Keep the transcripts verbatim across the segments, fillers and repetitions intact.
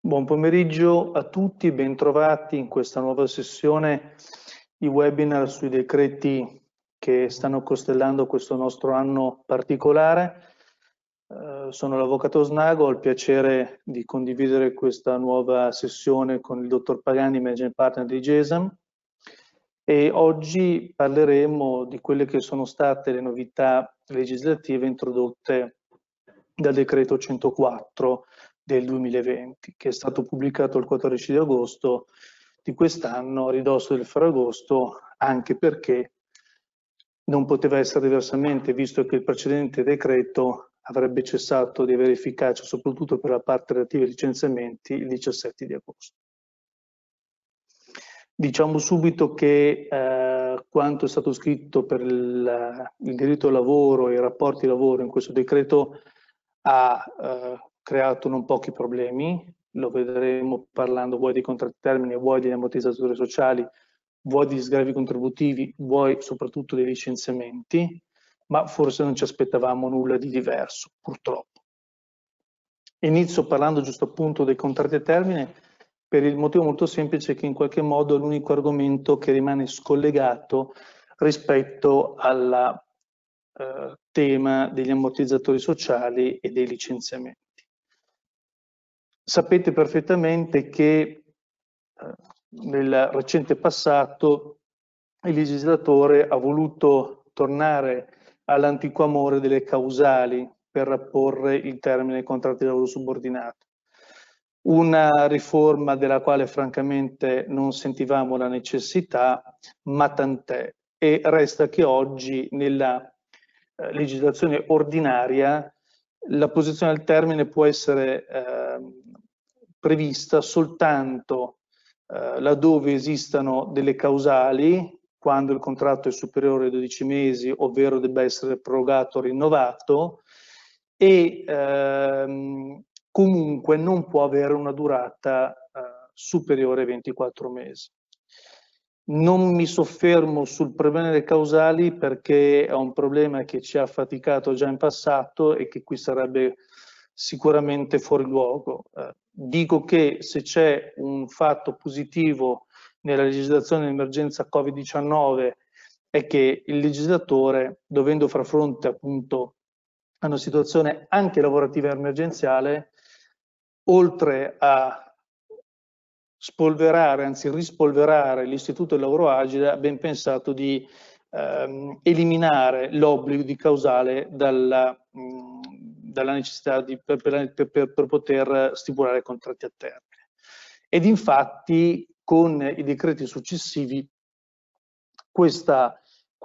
Buon pomeriggio a tutti, bentrovati in questa nuova sessione di webinar sui decreti che stanno costellando questo nostro anno particolare. Eh, sono l'Avvocato Snago, ho il piacere di condividere questa nuova sessione con il dottor Pagani, Managing Partner di GESAM, e oggi parleremo di quelle che sono state le novità legislative introdotte dal decreto centoquattro del duemilaventi, che è stato pubblicato il quattordici di agosto di quest'anno, a ridosso del Ferragosto, anche perché non poteva essere diversamente, visto che il precedente decreto avrebbe cessato di avere efficacia, soprattutto per la parte relativa ai licenziamenti, il diciassette di agosto. Diciamo subito che eh, quanto è stato scritto per il, il diritto al lavoro e i rapporti di lavoro in questo decreto ha eh, creato non pochi problemi, lo vedremo parlando vuoi dei contratti termini, vuoi degli ammortizzatori sociali, vuoi di sgravi contributivi, vuoi soprattutto dei licenziamenti, ma forse non ci aspettavamo nulla di diverso, purtroppo. Inizio parlando giusto appunto dei contratti a termine, per il motivo molto semplice che in qualche modo è l'unico argomento che rimane scollegato rispetto al eh, tema degli ammortizzatori sociali e dei licenziamenti. Sapete perfettamente che eh, nel recente passato il legislatore ha voluto tornare all'antico amore delle causali per apporre il termine ai contratti di lavoro subordinato. Una riforma della quale francamente non sentivamo la necessità, ma tant'è. E resta che oggi nella eh, legislazione ordinaria la posizione al termine può essere eh, prevista soltanto eh, laddove esistano delle causali, quando il contratto è superiore ai dodici mesi, ovvero debba essere prorogato o rinnovato, e ehm, comunque non può avere una durata eh, superiore ai ventiquattro mesi. Non mi soffermo sul problema delle causali perché è un problema che ci ha affaticato già in passato e che qui sarebbe sicuramente fuori luogo. Eh, dico che se c'è un fatto positivo nella legislazione di emergenza Covid diciannove è che il legislatore, dovendo far fronte appunto a una situazione anche lavorativa emergenziale, oltre a spolverare, anzi rispolverare l'istituto del lavoro agile, ha ben pensato di ehm, eliminare l'obbligo di causale dalla, mh, dalla necessità di, per, per, per, per poter stipulare contratti a termine. Ed infatti con i decreti successivi questa,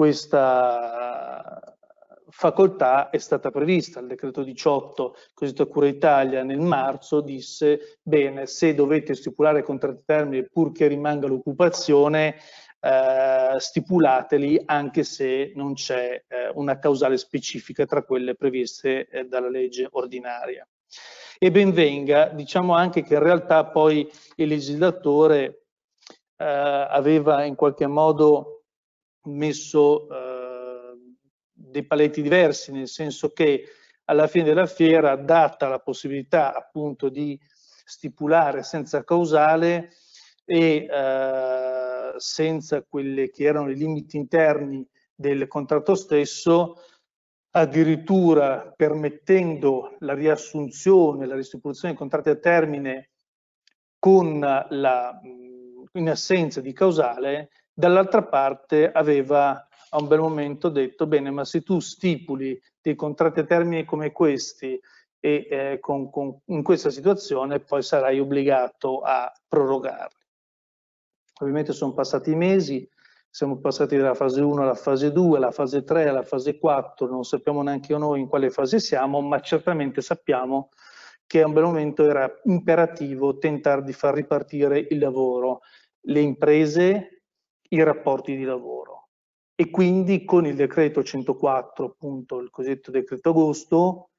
questa facoltà è stata prevista. Il decreto diciotto, cosiddetto Cura Italia, nel marzo disse bene, se dovete stipulare contratti a termine purché rimanga l'occupazione, eh, stipulateli anche se non c'è eh, una causale specifica tra quelle previste eh, dalla legge ordinaria. E ben venga, diciamo anche che in realtà poi il legislatore eh, aveva in qualche modo messo eh, dei paletti diversi, nel senso che alla fine della fiera, data la possibilità appunto di stipulare senza causale e eh, senza quelli che erano i limiti interni del contratto stesso, addirittura permettendo la riassunzione, la ristipulazione dei contratti a termine con la, in assenza di causale, dall'altra parte aveva a un bel momento detto bene, ma se tu stipuli dei contratti a termine come questi e eh, con, con, in questa situazione poi sarai obbligato a prorogarli. Ovviamente sono passati i mesi, siamo passati dalla fase uno alla fase due, alla fase tre, alla fase quattro, non sappiamo neanche noi in quale fase siamo, ma certamente sappiamo che a un bel momento era imperativo tentare di far ripartire il lavoro, le imprese, i rapporti di lavoro. E quindi con il decreto centoquattro, appunto il cosiddetto decreto agosto,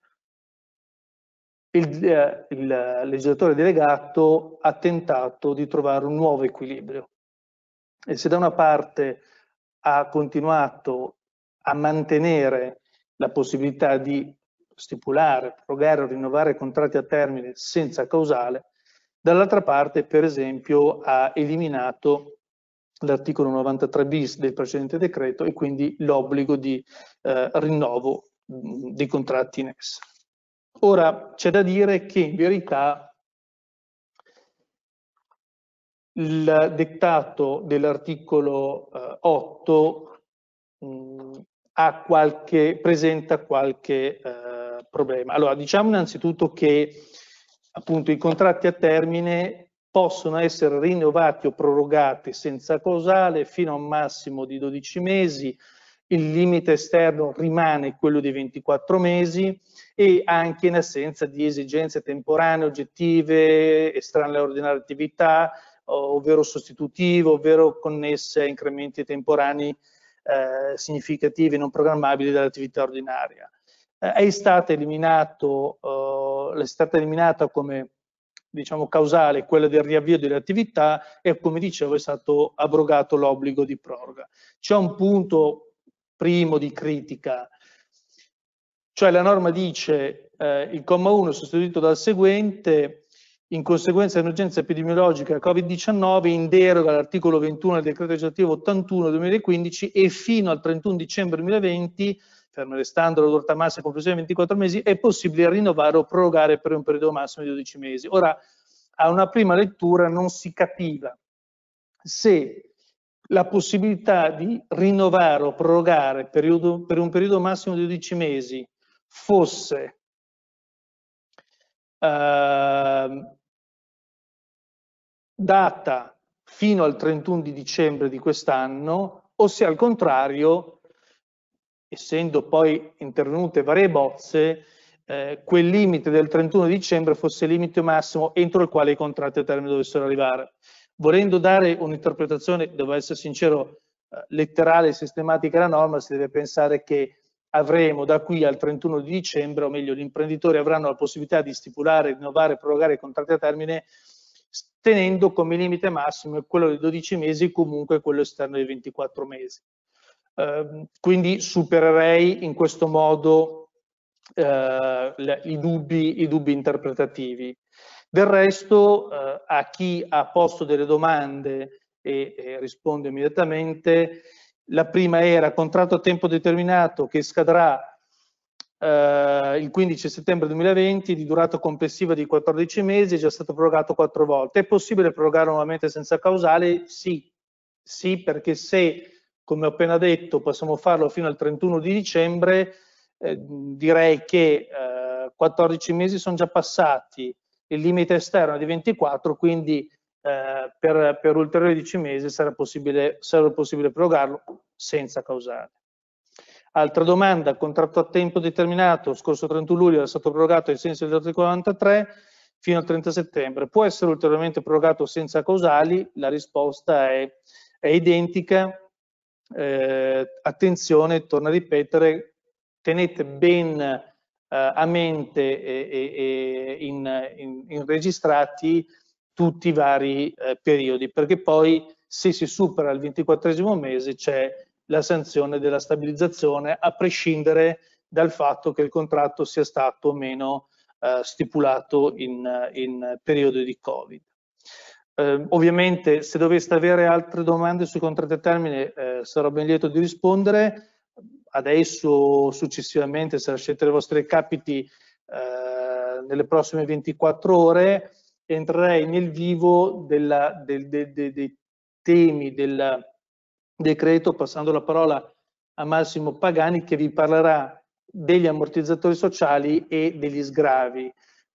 il, eh, il legislatore delegato ha tentato di trovare un nuovo equilibrio. E se da una parte ha continuato a mantenere la possibilità di stipulare, prorogare o rinnovare contratti a termine senza causale, Dall'altra parte, per esempio, ha eliminato l'articolo novantatré bis del precedente decreto e quindi l'obbligo di eh, rinnovo mh, dei contratti in essere. Ora, c'è da dire che in verità il dettato dell'articolo eh, otto mh, ha qualche, presenta qualche eh, problema. Allora, diciamo innanzitutto che appunto i contratti a termine possono essere rinnovati o prorogati senza causale fino a un massimo di dodici mesi, il limite esterno rimane quello di ventiquattro mesi e anche in assenza di esigenze temporanee, oggettive, estranee all'ordinaria attività, ovvero sostitutive, ovvero connesse a incrementi temporanei eh, significativi non programmabili dall'attività ordinaria. Eh, è stata eliminato, eh, è stata eliminata come diciamo causale quella del riavvio delle attività e, come dicevo, è stato abrogato l'obbligo di proroga. C'è un punto primo di critica, cioè la norma dice eh, il comma uno sostituito dal seguente: in conseguenza dell'emergenza epidemiologica Covid diciannove, in deroga all'articolo ventuno del decreto legislativo ottantuno duemilaquindici e fino al trentuno dicembre duemilaventi, fermo restando la durata massima complessiva di ventiquattro mesi, è possibile rinnovare o prorogare per un periodo massimo di dodici mesi. Ora, a una prima lettura non si capiva se la possibilità di rinnovare o prorogare periodo, per un periodo massimo di dodici mesi fosse eh, data fino al trentuno di dicembre di quest'anno o se al contrario, essendo poi intervenute varie bozze, eh, quel limite del trentuno dicembre fosse il limite massimo entro il quale i contratti a termine dovessero arrivare. Volendo dare un'interpretazione, devo essere sincero, eh, letterale e sistematica alla norma, si deve pensare che avremo da qui al trentuno di dicembre, o meglio, gli imprenditori avranno la possibilità di stipulare, rinnovare e prorogare i contratti a termine tenendo come limite massimo quello di dodici mesi e comunque quello esterno di ventiquattro mesi. Eh, quindi supererei in questo modo eh, le, i, dubbi, i dubbi interpretativi. Del resto, eh, a chi ha posto delle domande e, e rispondo immediatamente, la prima era contratto a tempo determinato che scadrà Uh, il quindici settembre duemilaventi, di durata complessiva di quattordici mesi, è già stato prorogato quattro volte. È possibile prorogare nuovamente senza causale? Sì, sì, perché se, come ho appena detto, possiamo farlo fino al trentuno di dicembre, eh, direi che eh, quattordici mesi sono già passati, il limite esterno è di ventiquattro, quindi eh, per, per ulteriori dieci mesi sarà possibile, sarà possibile prorogarlo senza causale. Altra domanda: contratto a tempo determinato scorso trentuno luglio era stato prorogato ai sensi dell'articolo novantatré fino al trenta settembre, può essere ulteriormente prorogato senza causali? La risposta è, è identica. Eh, attenzione, torno a ripetere, tenete ben eh, a mente e, e, e in, in, in registrati tutti i vari eh, periodi, perché poi se si supera il ventiquattresimo mese c'è la sanzione della stabilizzazione, a prescindere dal fatto che il contratto sia stato o meno eh, stipulato in, in periodo di Covid. Eh, ovviamente, se doveste avere altre domande sui contratti a termine, eh, sarò ben lieto di rispondere. Adesso, successivamente, se lasciate i vostri capiti eh, nelle prossime ventiquattro ore, entrerei nel vivo della, del, de, de, dei temi del decreto, passando la parola a Massimo Pagani, che vi parlerà degli ammortizzatori sociali e degli sgravi.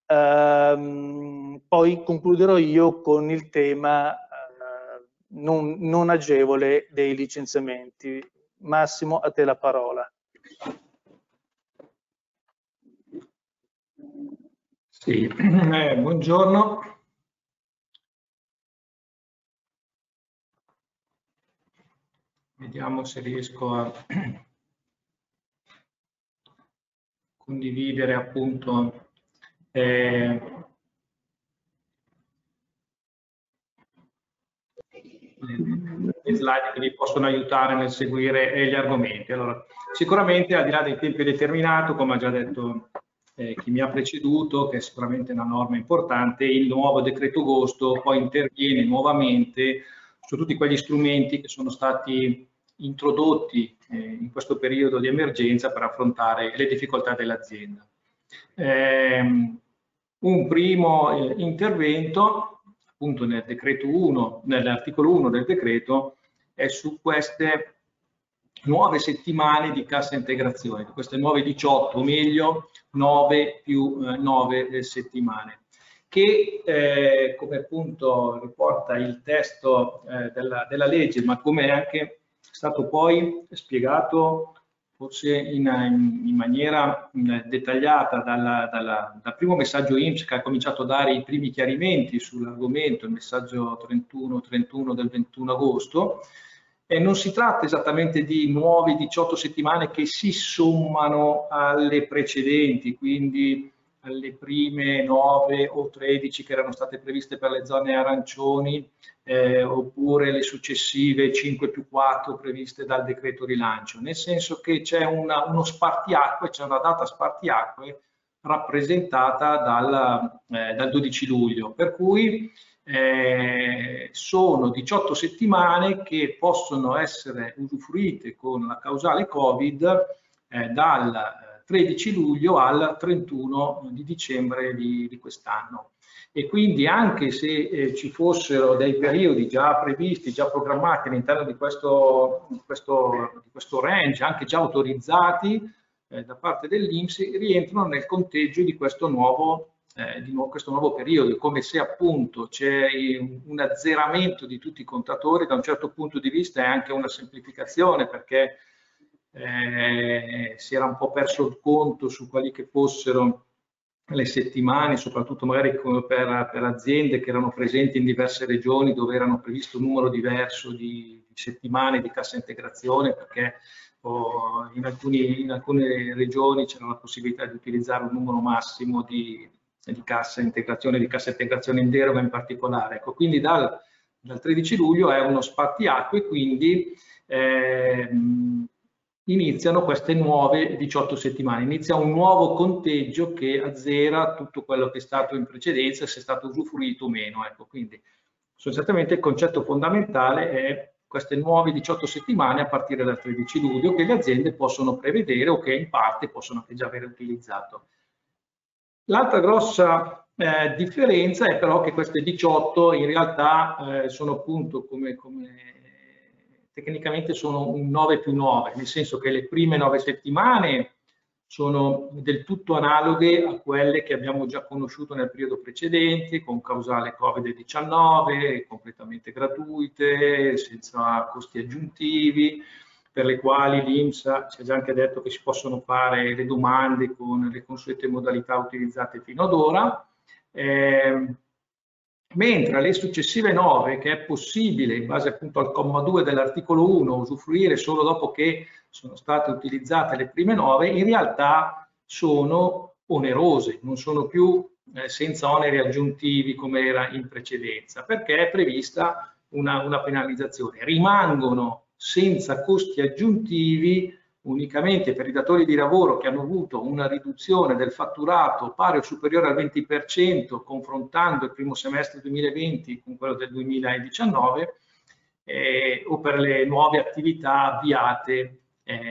Ehm, poi concluderò io con il tema eh, non, non agevole dei licenziamenti. Massimo, a te la parola. Sì, eh, buongiorno. Vediamo se riesco a condividere appunto eh, le slide che vi possono aiutare nel seguire gli argomenti. Allora, sicuramente al di là del tempo determinato, come ha già detto eh, chi mi ha preceduto, che è sicuramente una norma importante. Il nuovo decreto agosto poi interviene nuovamente su tutti quegli strumenti che sono stati introdotti eh, in questo periodo di emergenza per affrontare le difficoltà dell'azienda. Eh, un primo eh, intervento, appunto nel decreto uno, nell'articolo uno del decreto, è su queste nuove settimane di cassa integrazione, queste nuove diciotto, o meglio nove più nove settimane, che eh, come appunto riporta il testo eh, della, della legge, ma come è anche stato poi spiegato forse in, in, in maniera dettagliata dalla, dalla, dal primo messaggio I N P S che ha cominciato a dare i primi chiarimenti sull'argomento, il messaggio trentuno trentuno del ventuno agosto, e non si tratta esattamente di nuove diciotto settimane che si sommano alle precedenti, quindi alle prime nove o tredici che erano state previste per le zone arancioni, eh, oppure le successive cinque più quattro previste dal decreto rilancio, nel senso che c'è uno spartiacque, c'è una data spartiacque rappresentata dal, eh, dal dodici luglio, per cui eh, sono diciotto settimane che possono essere usufruite con la causale Covid eh, dal tredici luglio al trentuno di dicembre di, di quest'anno. E quindi anche se eh, ci fossero dei periodi già previsti, già programmati all'interno di questo, di, questo, di questo range, anche già autorizzati eh, da parte dell'I N P S, rientrano nel conteggio di questo nuovo Eh, di nuovo, questo nuovo periodo, come se appunto c'è un azzeramento di tutti i contatori. Da un certo punto di vista è anche una semplificazione, perché eh, si era un po' perso il conto su quali che fossero le settimane, soprattutto magari per, per aziende che erano presenti in diverse regioni dove erano previsto un numero diverso di, di settimane di cassa integrazione, perché oh, in, alcuni, in alcune regioni c'era la possibilità di utilizzare un numero massimo di di cassa integrazione, di cassa integrazione in deroga in particolare. Ecco, quindi dal, dal tredici luglio è uno spartiacque, quindi eh, iniziano queste nuove diciotto settimane, inizia un nuovo conteggio che azzera tutto quello che è stato in precedenza, se è stato usufruito o meno. Ecco, quindi sostanzialmente il concetto fondamentale è queste nuove diciotto settimane a partire dal tredici luglio che le aziende possono prevedere o che in parte possono anche già aver utilizzato. L'altra grossa eh, differenza è però che queste diciotto in realtà eh, sono appunto come, come tecnicamente sono un nove più nove, nel senso che le prime nove settimane sono del tutto analoghe a quelle che abbiamo già conosciuto nel periodo precedente, con causale Covid diciannove, completamente gratuite, senza costi aggiuntivi, per le quali l'I N P S ci ha già anche detto che si possono fare le domande con le consuete modalità utilizzate fino ad ora, eh, mentre le successive nove, che è possibile in base appunto al comma due dell'articolo uno usufruire solo dopo che sono state utilizzate le prime nove, in realtà sono onerose, non sono più eh, senza oneri aggiuntivi come era in precedenza, perché è prevista una, una penalizzazione. Rimangono senza costi aggiuntivi unicamente per i datori di lavoro che hanno avuto una riduzione del fatturato pari o superiore al venti per cento confrontando il primo semestre duemilaventi con quello del duemiladiciannove, eh, o per le nuove attività avviate eh,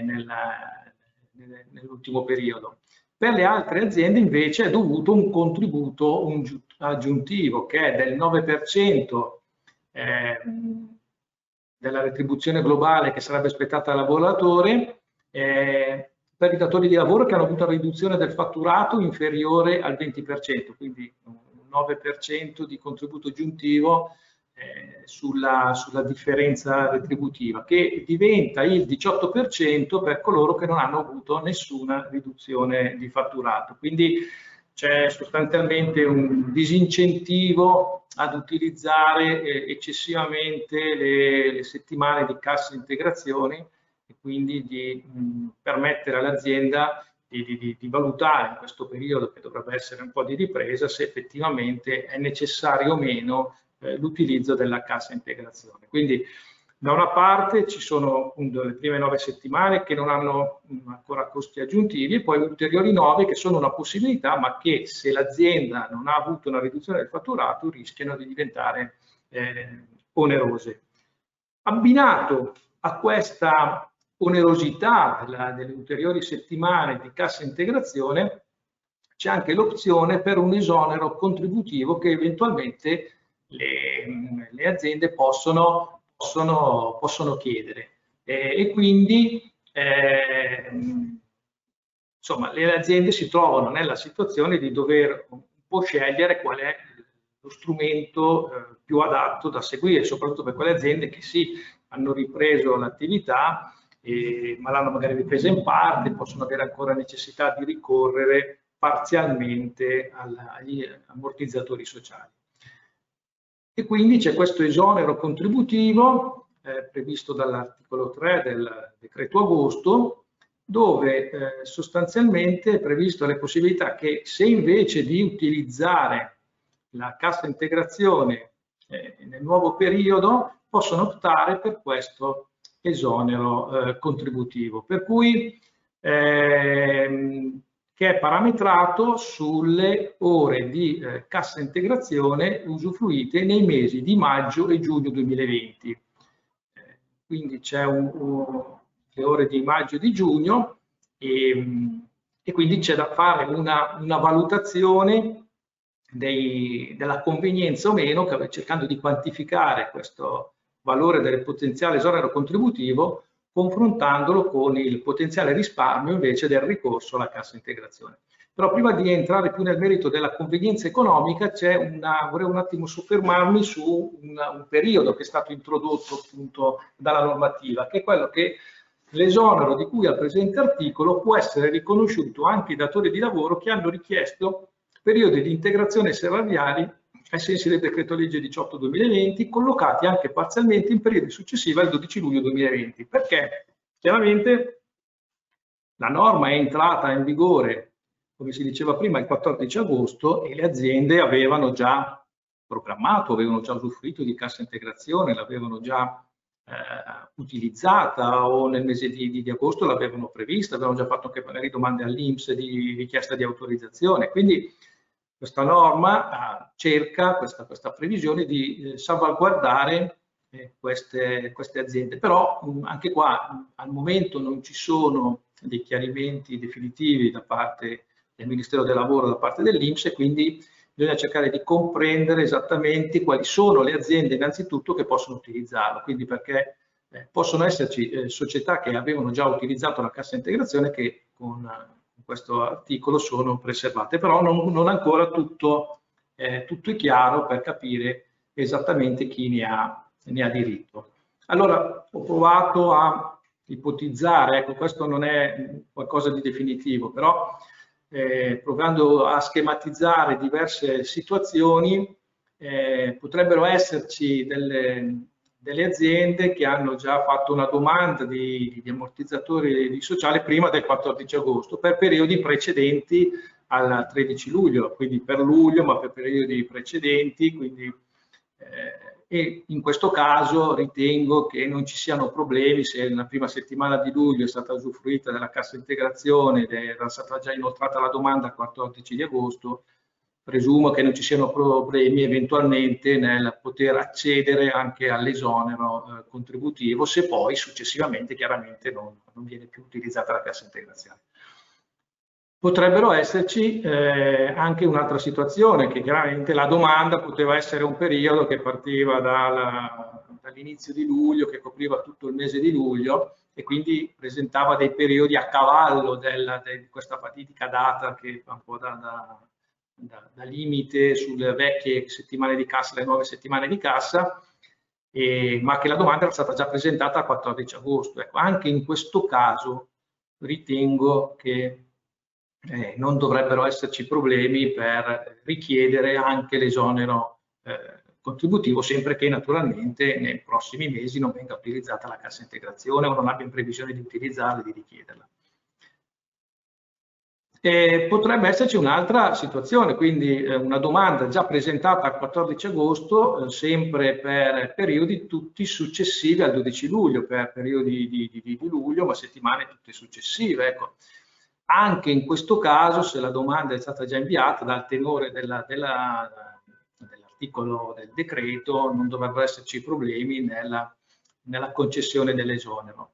nell'ultimo periodo. Per le altre aziende invece è dovuto un contributo un, aggiuntivo che è del nove per cento eh, della retribuzione globale che sarebbe aspettata al lavoratore, eh, per i datori di lavoro che hanno avuto una riduzione del fatturato inferiore al venti per cento, quindi un nove per cento di contributo aggiuntivo eh, sulla, sulla differenza retributiva, che diventa il diciotto per cento per coloro che non hanno avuto nessuna riduzione di fatturato. Quindi c'è sostanzialmente un disincentivo ad utilizzare eh, eccessivamente le, le settimane di cassa integrazione e quindi di mh, permettere all'azienda di, di, di valutare in questo periodo, che dovrebbe essere un po' di ripresa, se effettivamente è necessario o meno eh, l'utilizzo della cassa integrazione. Quindi Da una parte ci sono appunto le prime nove settimane che non hanno ancora costi aggiuntivi e poi ulteriori nove che sono una possibilità, ma che se l'azienda non ha avuto una riduzione del fatturato rischiano di diventare eh, onerose. Abbinato a questa onerosità della, delle ulteriori settimane di cassa integrazione c'è anche l'opzione per un esonero contributivo che eventualmente le, le aziende possono, possono, possono chiedere eh, e quindi eh, insomma le aziende si trovano nella situazione di dover un po' scegliere qual è lo strumento eh, più adatto da seguire, soprattutto per quelle aziende che sì, hanno ripreso l'attività, eh, ma l'hanno magari ripresa in parte, possono avere ancora necessità di ricorrere parzialmente agli ammortizzatori sociali. E quindi c'è questo esonero contributivo eh, previsto dall'articolo tre del decreto agosto, dove eh, sostanzialmente è previsto le possibilità che se invece di utilizzare la cassa integrazione eh, nel nuovo periodo possono optare per questo esonero eh, contributivo, per cui ehm, che è parametrato sulle ore di eh, cassa integrazione usufruite nei mesi di maggio e giugno duemilaventi. Eh, quindi c'è un, un, le ore di maggio e di giugno e, e quindi c'è da fare una, una valutazione dei, della convenienza o meno, cercando di quantificare questo valore del potenziale esonero contributivo, confrontandolo con il potenziale risparmio invece del ricorso alla cassa integrazione. Però prima di entrare più nel merito della convenienza economica, c'è una, vorrei un attimo soffermarmi su una, un periodo che è stato introdotto appunto dalla normativa, che è quello che l'esonero di cui al presente articolo può essere riconosciuto anche ai datori di lavoro che hanno richiesto periodi di integrazione salariali ai sensi del decreto legge diciotto duemilaventi, collocati anche parzialmente in periodi successivi al dodici luglio duemilaventi, perché chiaramente la norma è entrata in vigore, come si diceva prima, il quattordici agosto e le aziende avevano già programmato, avevano già usufruito di cassa integrazione, l'avevano già eh, utilizzata o nel mese di, di, di agosto l'avevano prevista, avevano già fatto anche magari domande all'I N P S di richiesta di autorizzazione, quindi questa norma eh, cerca, questa, questa previsione di eh, salvaguardare eh, queste, queste aziende, però mh, anche qua mh, al momento non ci sono dei chiarimenti definitivi da parte del Ministero del Lavoro, da parte dell'I N P S e quindi bisogna cercare di comprendere esattamente quali sono le aziende innanzitutto che possono utilizzarlo, quindi perché eh, possono esserci eh, società che avevano già utilizzato la cassa integrazione che con questo articolo sono preservate, però non, non ancora tutto, eh, tutto è chiaro per capire esattamente chi ne ha, ne ha diritto. Allora ho provato a ipotizzare, ecco questo non è qualcosa di definitivo, però eh, provando a schematizzare diverse situazioni eh, potrebbero esserci delle, delle aziende che hanno già fatto una domanda di, di ammortizzatori di sociale prima del quattordici agosto per periodi precedenti al tredici luglio, quindi per luglio ma per periodi precedenti, quindi, eh, e in questo caso ritengo che non ci siano problemi se nella prima settimana di luglio è stata usufruita della cassa integrazione ed era stata già inoltrata la domanda il quattordici di agosto, presumo che non ci siano problemi eventualmente nel poter accedere anche all'esonero eh, contributivo se poi successivamente chiaramente non, non viene più utilizzata la cassa integrazione. Potrebbero esserci eh, anche un'altra situazione, che chiaramente la domanda poteva essere un periodo che partiva dall'inizio di luglio, che copriva tutto il mese di luglio e quindi presentava dei periodi a cavallo del, di questa fatidica data che fa un po' da, da, da, da limite sulle vecchie settimane di cassa, le nuove settimane di cassa, e, ma che la domanda era stata già presentata il quattordici agosto. Ecco, anche in questo caso ritengo che Eh, non dovrebbero esserci problemi per richiedere anche l'esonero eh, contributivo, sempre che naturalmente nei prossimi mesi non venga utilizzata la cassa integrazione o non abbia in previsione di utilizzarla e di richiederla. E potrebbe esserci un'altra situazione, quindi eh, una domanda già presentata al quattordici agosto, eh, sempre per periodi tutti successivi al dodici luglio, per periodi di, di, di luglio, ma settimane tutte successive. Ecco. Anche in questo caso, se la domanda è stata già inviata dal tenore della, della, dell'articolo del decreto, non dovrebbero esserci problemi nella, nella concessione dell'esonero.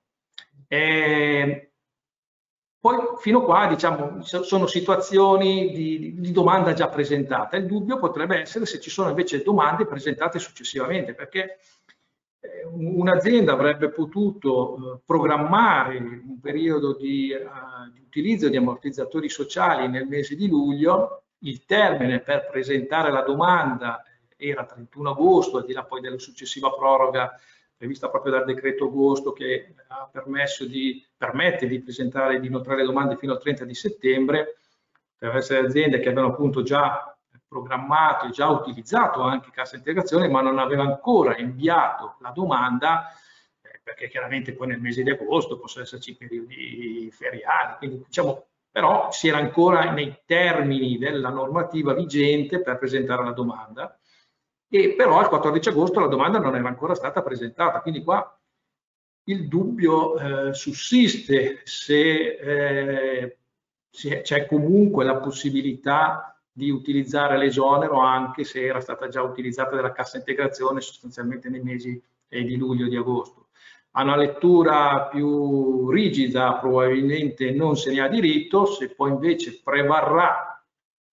E, Poi fino a qua diciamo, sono situazioni di, di domanda già presentata. Il dubbio potrebbe essere se ci sono invece domande presentate successivamente, perché un'azienda avrebbe potuto programmare un periodo di, uh, di utilizzo di ammortizzatori sociali nel mese di luglio. Il termine per presentare la domanda era trentuno agosto, al di là poi della successiva proroga prevista proprio dal decreto agosto che ha permesso di, permette di presentare e di inoltrare domande fino al trenta di settembre, per essere aziende che avevano appunto già programmato e già utilizzato anche cassa integrazione, ma non aveva ancora inviato la domanda, eh, perché chiaramente poi nel mese di agosto possono esserci periodi feriali, quindi diciamo, però si era ancora nei termini della normativa vigente per presentare la domanda. E però al quattordici agosto la domanda non era ancora stata presentata, quindi qua il dubbio eh, sussiste se eh, c'è comunque la possibilità di utilizzare l'esonero anche se era stata già utilizzata dalla cassa integrazione sostanzialmente nei mesi eh, di luglio e di agosto. A una lettura più rigida probabilmente non se ne ha diritto, se poi invece prevarrà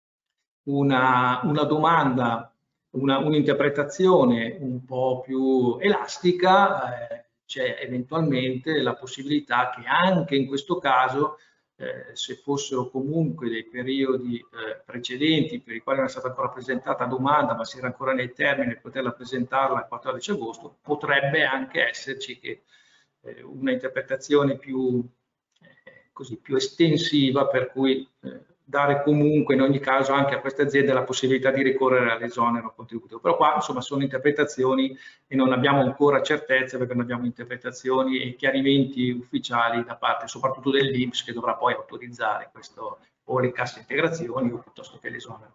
una, una domanda, un'interpretazione un, un po' più elastica, eh, c'è eventualmente la possibilità che anche in questo caso, eh, se fossero comunque dei periodi eh, precedenti per i quali non è stata ancora presentata domanda, ma si era ancora nei termini di poterla presentarla il quattordici agosto, potrebbe anche esserci che eh, una interpretazione più, eh, così, più estensiva, per cui eh, dare comunque in ogni caso anche a queste aziende la possibilità di ricorrere all'esonero contributivo. Però qua insomma sono interpretazioni e non abbiamo ancora certezze, perché non abbiamo interpretazioni e chiarimenti ufficiali da parte soprattutto dell'I N P S, che dovrà poi autorizzare questo, o le casse integrazioni o piuttosto che l'esonero.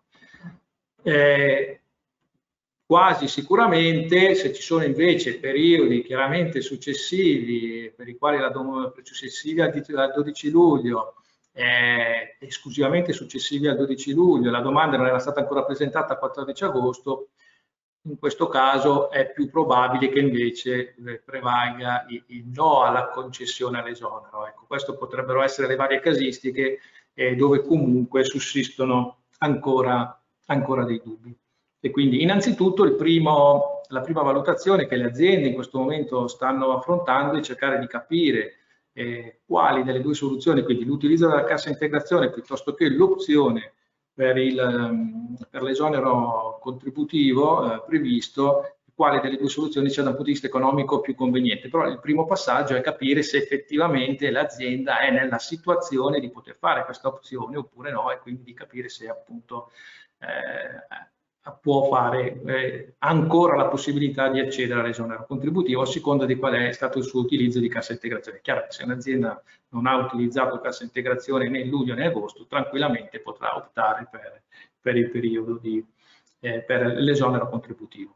Eh, quasi sicuramente, se ci sono invece periodi chiaramente successivi, per i quali la successivi al dodici luglio, Eh, esclusivamente successivi al dodici luglio, la domanda non era stata ancora presentata il quattordici agosto, in questo caso è più probabile che invece eh, prevalga il, il no alla concessione all'esonero. Ecco, queste potrebbero essere le varie casistiche eh, dove comunque sussistono ancora, ancora dei dubbi. E quindi innanzitutto il primo, la prima valutazione che le aziende in questo momento stanno affrontando è cercare di capire Eh, quali delle due soluzioni, quindi l'utilizzo della cassa integrazione piuttosto che l'opzione per l'esonero contributivo eh, previsto, quale delle due soluzioni sia da un punto di vista economico più conveniente. Però il primo passaggio è capire se effettivamente l'azienda è nella situazione di poter fare questa opzione oppure no, e quindi di capire se appunto eh, può fare eh, ancora la possibilità di accedere all'esonero contributivo a seconda di qual è stato il suo utilizzo di cassa integrazione. È chiaro che se un'azienda non ha utilizzato cassa integrazione né in luglio né agosto, tranquillamente potrà optare per, per il periodo di, eh, per l'esonero contributivo.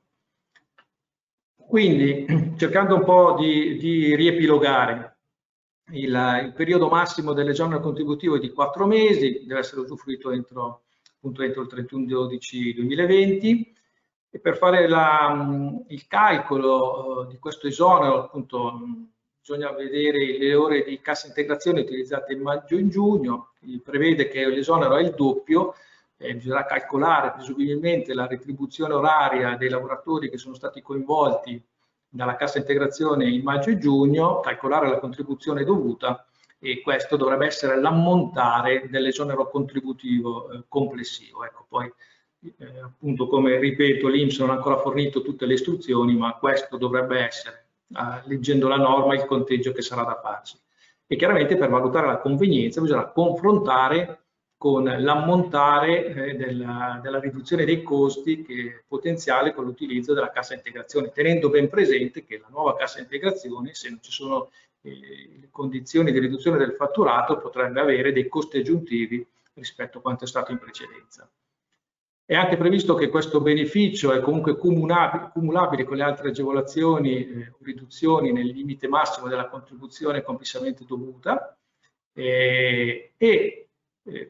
Quindi, cercando un po' di, di riepilogare, il, il periodo massimo dell'esonero contributivo è di quattro mesi, deve essere usufruito entro appunto entro il trentuno dicembre duemilaventi, e per fare la, il calcolo uh, di questo esonero appunto mh, bisogna vedere le ore di cassa integrazione utilizzate in maggio e in giugno. Il prevede che l'esonero è il doppio, eh, bisognerà calcolare presumibilmente la retribuzione oraria dei lavoratori che sono stati coinvolti dalla cassa integrazione in maggio e giugno, calcolare la contribuzione dovuta, e questo dovrebbe essere l'ammontare dell'esonero contributivo eh, complessivo. Ecco, poi eh, appunto, come ripeto, l'I N P S non ha ancora fornito tutte le istruzioni, ma questo dovrebbe essere, eh, leggendo la norma, il conteggio che sarà da farsi. E chiaramente per valutare la convenienza bisogna confrontare con l'ammontare eh, della, della riduzione dei costi che, potenziale con l'utilizzo della cassa integrazione, tenendo ben presente che la nuova cassa integrazione, se non ci sono le condizioni di riduzione del fatturato, potrebbe avere dei costi aggiuntivi rispetto a quanto è stato in precedenza. È anche previsto che questo beneficio è comunque cumulabile, cumulabile con le altre agevolazioni eh, o riduzioni nel limite massimo della contribuzione complessivamente dovuta eh, e eh,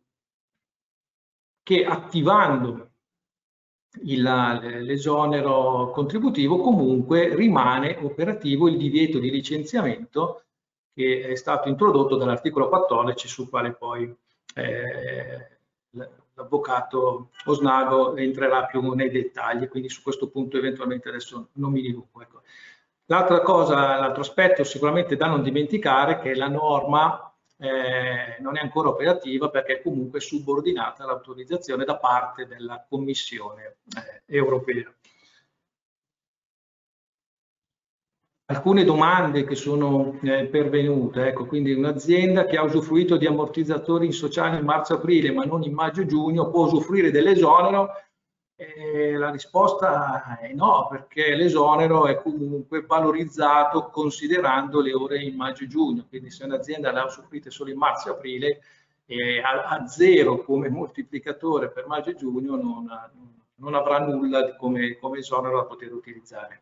che attivando l'esonero contributivo comunque rimane operativo il divieto di licenziamento che è stato introdotto dall'articolo quattordici, sul quale poi eh, l'avvocato Osnago entrerà più nei dettagli, quindi su questo punto eventualmente adesso non mi dilungo. Ecco. L'altra cosa, l'altro aspetto sicuramente da non dimenticare è che la norma eh, non è ancora operativa perché è comunque subordinata all'autorizzazione da parte della Commissione eh, europea. Alcune domande che sono eh, pervenute, ecco, quindi un'azienda che ha usufruito di ammortizzatori sociali in marzo-aprile ma non in maggio-giugno può usufruire dell'esonero? Eh, la risposta è no, perché l'esonero è comunque valorizzato considerando le ore in maggio-giugno, quindi se un'azienda le ha usufruite solo in marzo-aprile eh, a, a zero come moltiplicatore per maggio-giugno non, non avrà nulla come, come esonero da poter utilizzare.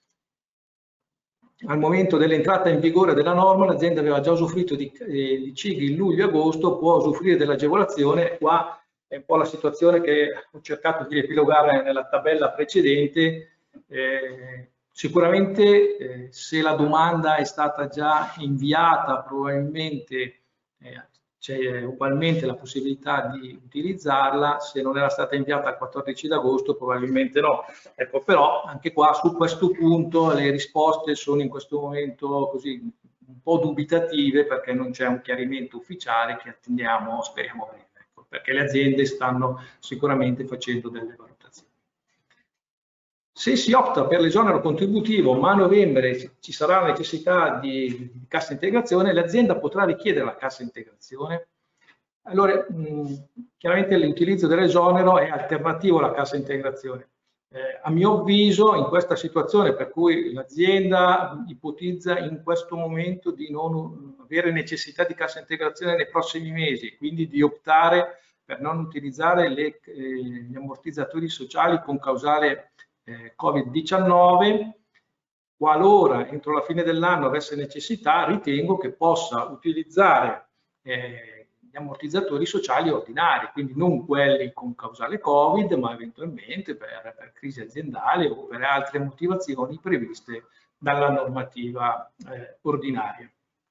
Al momento dell'entrata in vigore della norma l'azienda aveva già usufruito di, eh, di C I G in luglio e agosto, può usufruire dell'agevolazione. Qua è un po' la situazione che ho cercato di riepilogare nella tabella precedente. Eh, sicuramente eh, se la domanda è stata già inviata probabilmente eh, c'è ugualmente la possibilità di utilizzarla, se non era stata inviata il quattordici d'agosto probabilmente no. Ecco, però anche qua su questo punto le risposte sono in questo momento così un po' dubitative perché non c'è un chiarimento ufficiale che attendiamo, speriamo bene, ecco, perché le aziende stanno sicuramente facendo delle valutazioni. Se si opta per l'esonero contributivo ma a novembre ci sarà la necessità di, di cassa integrazione, l'azienda potrà richiedere la cassa integrazione. Allora, mh, chiaramente l'utilizzo dell'esonero è alternativo alla cassa integrazione. Eh, a mio avviso, in questa situazione per cui l'azienda ipotizza in questo momento di non avere necessità di cassa integrazione nei prossimi mesi, quindi di optare per non utilizzare le, eh, gli ammortizzatori sociali con causale eh, Covid diciannove, qualora entro la fine dell'anno avesse necessità, ritengo che possa utilizzare eh, gli ammortizzatori sociali ordinari, quindi non quelli con causale Covid, ma eventualmente per, per crisi aziendali o per altre motivazioni previste dalla normativa eh, ordinaria.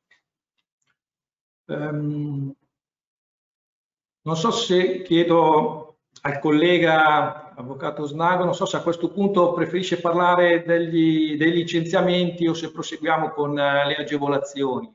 Um, non so se chiedo al collega avvocato Osnago, non so se a questo punto preferisce parlare degli, dei licenziamenti o se proseguiamo con le agevolazioni.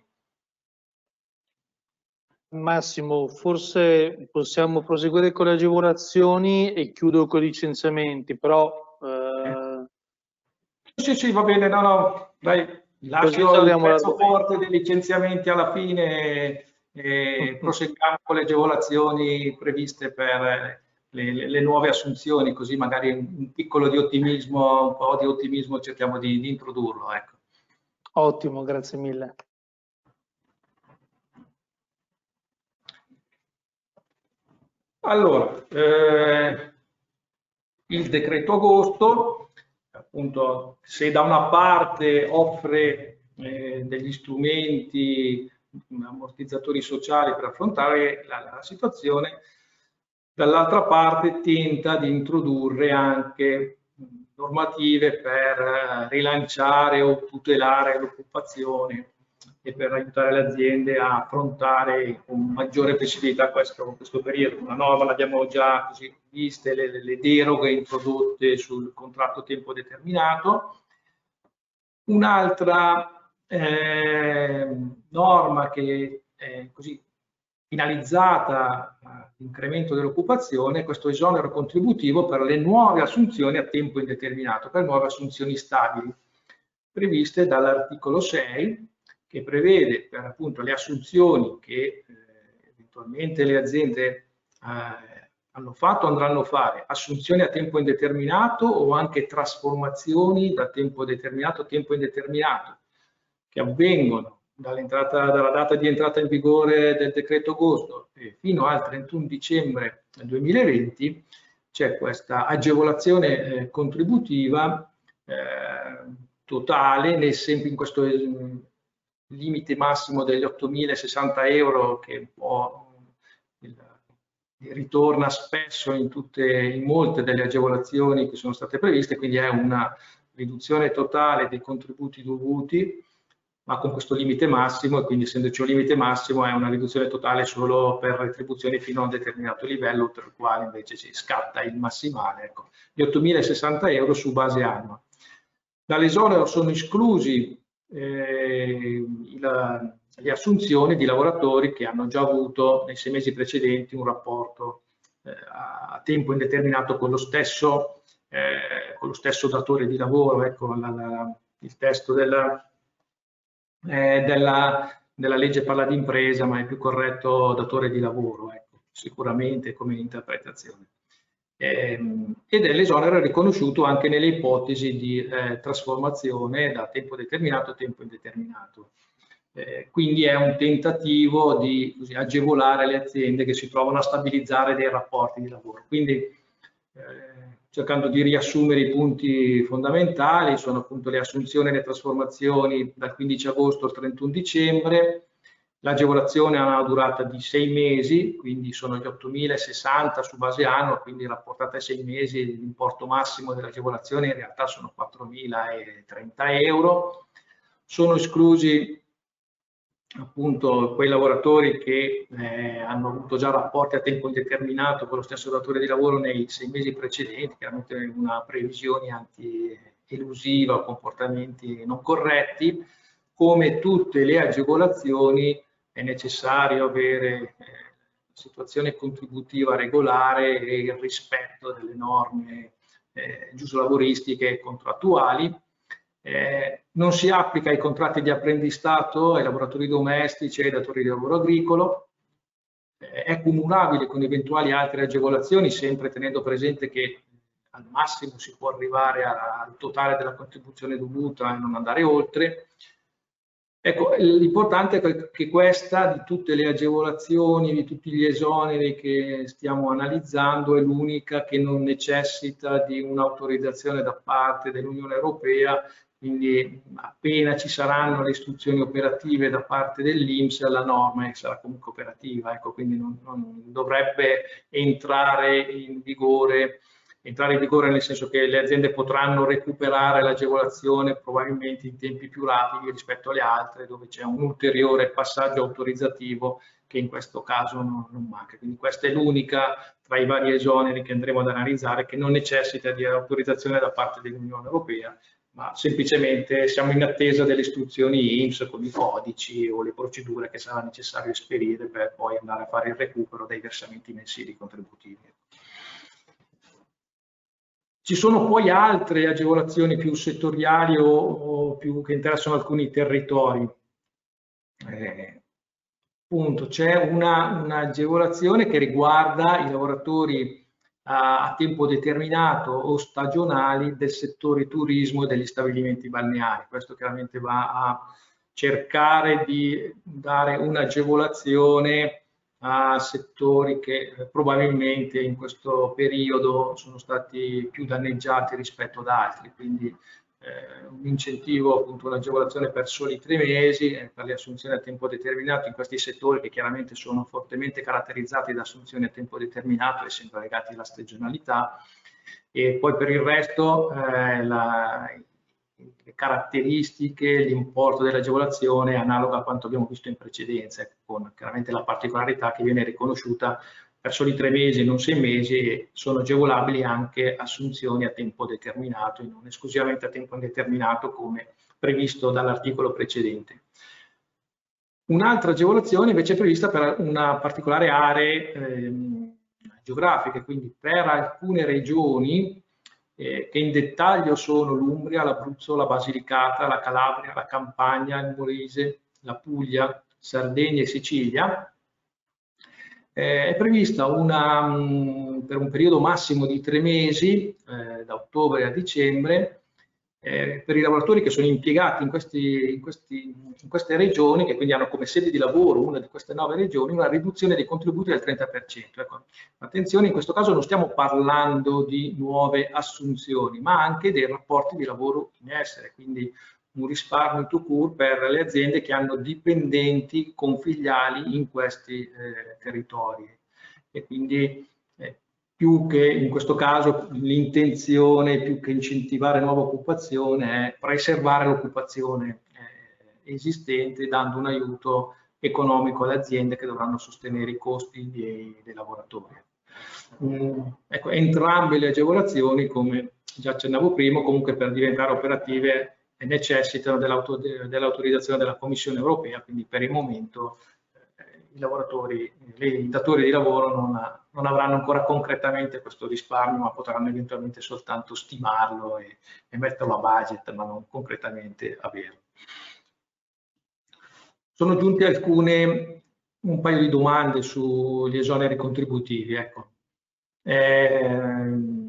Massimo, forse possiamo proseguire con le agevolazioni e chiudo con i licenziamenti, però... Eh... Sì, sì, va bene, no, no, dai, lascio il pezzo forte dei licenziamenti alla fine e proseguiamo con le agevolazioni previste per le, le, le nuove assunzioni, così magari un piccolo di ottimismo, un po' di ottimismo cerchiamo di, di introdurlo. Ecco. Ottimo, grazie mille. Allora, eh, il decreto agosto, appunto, se da una parte offre eh, degli strumenti, ammortizzatori sociali per affrontare la, la situazione, dall'altra parte tenta di introdurre anche normative per rilanciare o tutelare l'occupazione e per aiutare le aziende a affrontare con maggiore flessibilità questo, questo periodo. Una norma l'abbiamo già così viste, le, le deroghe introdotte sul contratto a tempo determinato. Un'altra eh, norma che è così finalizzata all'incremento dell'occupazione è questo esonero contributivo per le nuove assunzioni a tempo indeterminato, per nuove assunzioni stabili, previste dall'articolo sei, che prevede per appunto le assunzioni che eh, eventualmente le aziende eh, hanno fatto o andranno a fare, assunzioni a tempo indeterminato o anche trasformazioni da tempo determinato a tempo indeterminato, che avvengono dall'entrata, dalla data di entrata in vigore del decreto agosto e fino al trentuno dicembre duemilaventi c'è questa agevolazione eh, contributiva eh, totale nel, sempre in questo eh, limite massimo degli ottomila sessanta euro che un po' il, ritorna spesso in, tutte, in molte delle agevolazioni che sono state previste, quindi è una riduzione totale dei contributi dovuti, ma con questo limite massimo, e quindi essendoci un limite massimo è una riduzione totale solo per retribuzioni fino a un determinato livello, oltre il quale invece si scatta il massimale, ecco, gli ottomila sessanta euro su base annua. Dall'esonero sono esclusi eh, il, le assunzioni di lavoratori che hanno già avuto nei sei mesi precedenti un rapporto eh, a tempo indeterminato con lo stesso, eh, con lo stesso datore di lavoro. Ecco la, la, il testo della, eh, della, della legge parla di impresa, ma è più corretto datore di lavoro, ecco, sicuramente come interpretazione. Eh, ed è l'esonero riconosciuto anche nelle ipotesi di eh, trasformazione da tempo determinato a tempo indeterminato. Eh, quindi è un tentativo di così, agevolare le aziende che si trovano a stabilizzare dei rapporti di lavoro. Quindi eh, cercando di riassumere i punti fondamentali, sono appunto le assunzioni e le trasformazioni dal quindici agosto al trentuno dicembre, l'agevolazione ha una durata di sei mesi, quindi sono gli ottomila sessanta su base annua, quindi rapportate ai sei mesi l'importo massimo dell'agevolazione in realtà sono quattromila trenta euro. Sono esclusi appunto quei lavoratori che eh, hanno avuto già rapporti a tempo indeterminato con lo stesso datore di lavoro nei sei mesi precedenti, chiaramente una previsione anti-elusiva o comportamenti non corretti. Come tutte le agevolazioni è necessario avere eh, situazione contributiva regolare e il rispetto delle norme eh, giuslavoristiche e contrattuali. Eh, non si applica ai contratti di apprendistato, ai lavoratori domestici e ai datori di lavoro agricolo, eh, è cumulabile con eventuali altre agevolazioni, sempre tenendo presente che al massimo si può arrivare al totale della contribuzione dovuta e non andare oltre. Ecco, l'importante è che questa, di tutte le agevolazioni, di tutti gli esoneri che stiamo analizzando, è l'unica che non necessita di un'autorizzazione da parte dell'Unione Europea, quindi appena ci saranno le istruzioni operative da parte dell'I N P S la norma sarà comunque operativa, ecco, quindi non, non dovrebbe entrare in vigore entrare in vigore nel senso che le aziende potranno recuperare l'agevolazione probabilmente in tempi più rapidi rispetto alle altre dove c'è un ulteriore passaggio autorizzativo che in questo caso non, non manca. Quindi questa è l'unica tra i vari esoneri che andremo ad analizzare che non necessita di autorizzazione da parte dell'Unione Europea, ma semplicemente siamo in attesa delle istruzioni I N P S con i codici o le procedure che sarà necessario esperire per poi andare a fare il recupero dei versamenti mensili contributivi. Ci sono poi altre agevolazioni più settoriali o, o più che interessano alcuni territori. Eh, appunto, c'è un'agevolazione che riguarda i lavoratori a, a tempo determinato o stagionali del settore turismo e degli stabilimenti balneari. Questo chiaramente va a cercare di dare un'agevolazione a settori che probabilmente in questo periodo sono stati più danneggiati rispetto ad altri, quindi eh, un incentivo, appunto un'agevolazione per soli tre mesi eh, per le assunzioni a tempo determinato in questi settori che chiaramente sono fortemente caratterizzati da assunzioni a tempo determinato e sempre legati alla stagionalità, e poi per il resto eh, la, le caratteristiche, l'importo dell'agevolazione è analogo a quanto abbiamo visto in precedenza, con chiaramente la particolarità che viene riconosciuta per soli tre mesi, non sei mesi, e sono agevolabili anche assunzioni a tempo determinato e non esclusivamente a tempo indeterminato come previsto dall'articolo precedente. Un'altra agevolazione invece è prevista per una particolare area ehm, geografica, quindi per alcune regioni eh, che in dettaglio sono l'Umbria, l'Abruzzo, la Basilicata, la Calabria, la Campania, il Molise, la Puglia, Sardegna e Sicilia. Eh, è prevista una, mh, per un periodo massimo di tre mesi, eh, da ottobre a dicembre, eh, per i lavoratori che sono impiegati in, questi, in, questi, in queste regioni, che quindi hanno come sede di lavoro una di queste nove regioni, una riduzione dei contributi del trenta per cento. Ecco, attenzione, in questo caso non stiamo parlando di nuove assunzioni, ma anche dei rapporti di lavoro in essere, quindi un risparmio tout court per le aziende che hanno dipendenti con filiali in questi eh, territori. E quindi eh, più che in questo caso l'intenzione, più che incentivare nuova occupazione, è preservare l'occupazione eh, esistente, dando un aiuto economico alle aziende che dovranno sostenere i costi dei, dei lavoratori. Mm, ecco, entrambe le agevolazioni, come già accennavo prima, comunque per diventare operative necessitano dell'autorizzazione della Commissione europea, quindi per il momento eh, i lavoratori, i datori di lavoro non, non avranno ancora concretamente questo risparmio, ma potranno eventualmente soltanto stimarlo e, e metterlo a budget, ma non concretamente averlo. Sono giunte alcune, un paio di domande sugli esoneri contributivi. Ecco. Eh,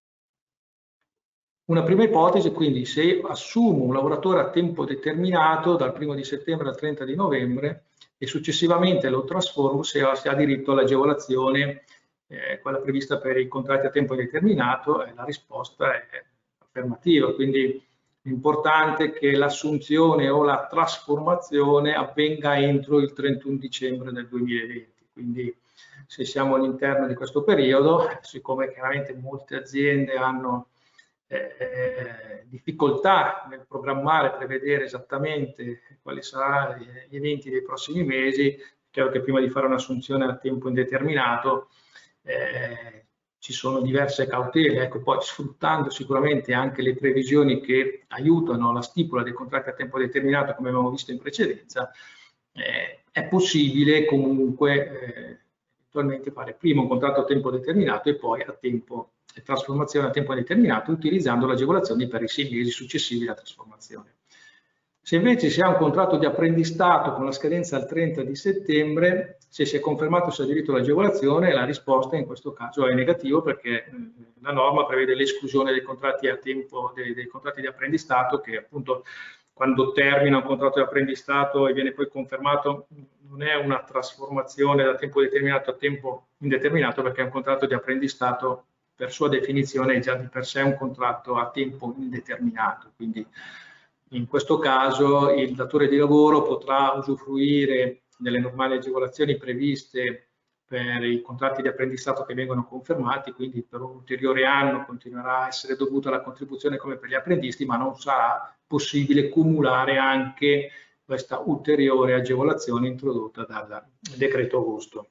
Una prima ipotesi, quindi, se assumo un lavoratore a tempo determinato dal primo di settembre al trenta di novembre e successivamente lo trasformo, se ha, se ha diritto all'agevolazione, eh, quella prevista per i contratti a tempo determinato, eh, la risposta è affermativa. Quindi è importante che l'assunzione o la trasformazione avvenga entro il trentuno dicembre del duemilaventi. Quindi se siamo all'interno di questo periodo, siccome chiaramente molte aziende hanno Eh, difficoltà nel programmare, prevedere esattamente quali saranno gli eventi dei prossimi mesi, chiaro che prima di fare un'assunzione a tempo indeterminato eh, ci sono diverse cautele, ecco, poi sfruttando sicuramente anche le previsioni che aiutano la stipula dei contratti a tempo determinato, come abbiamo visto in precedenza, eh, è possibile comunque eh, eventualmente fare prima un contratto a tempo determinato e poi a tempo trasformazione a tempo determinato, utilizzando l'agevolazione per i sei mesi successivi alla trasformazione. Se invece si ha un contratto di apprendistato con la scadenza al trenta di settembre, se si è confermato se ha diritto all'agevolazione, la risposta in questo caso è negativo, perché la norma prevede l'esclusione dei contratti a tempo, dei, dei contratti di apprendistato, che appunto quando termina un contratto di apprendistato e viene poi confermato non è una trasformazione da tempo determinato a tempo indeterminato, perché è un contratto di apprendistato per sua definizione è già di per sé un contratto a tempo indeterminato, quindi in questo caso il datore di lavoro potrà usufruire delle normali agevolazioni previste per i contratti di apprendistato che vengono confermati, quindi per un ulteriore anno continuerà a essere dovuta la contribuzione come per gli apprendisti, ma non sarà possibile cumulare anche questa ulteriore agevolazione introdotta dal decreto agosto.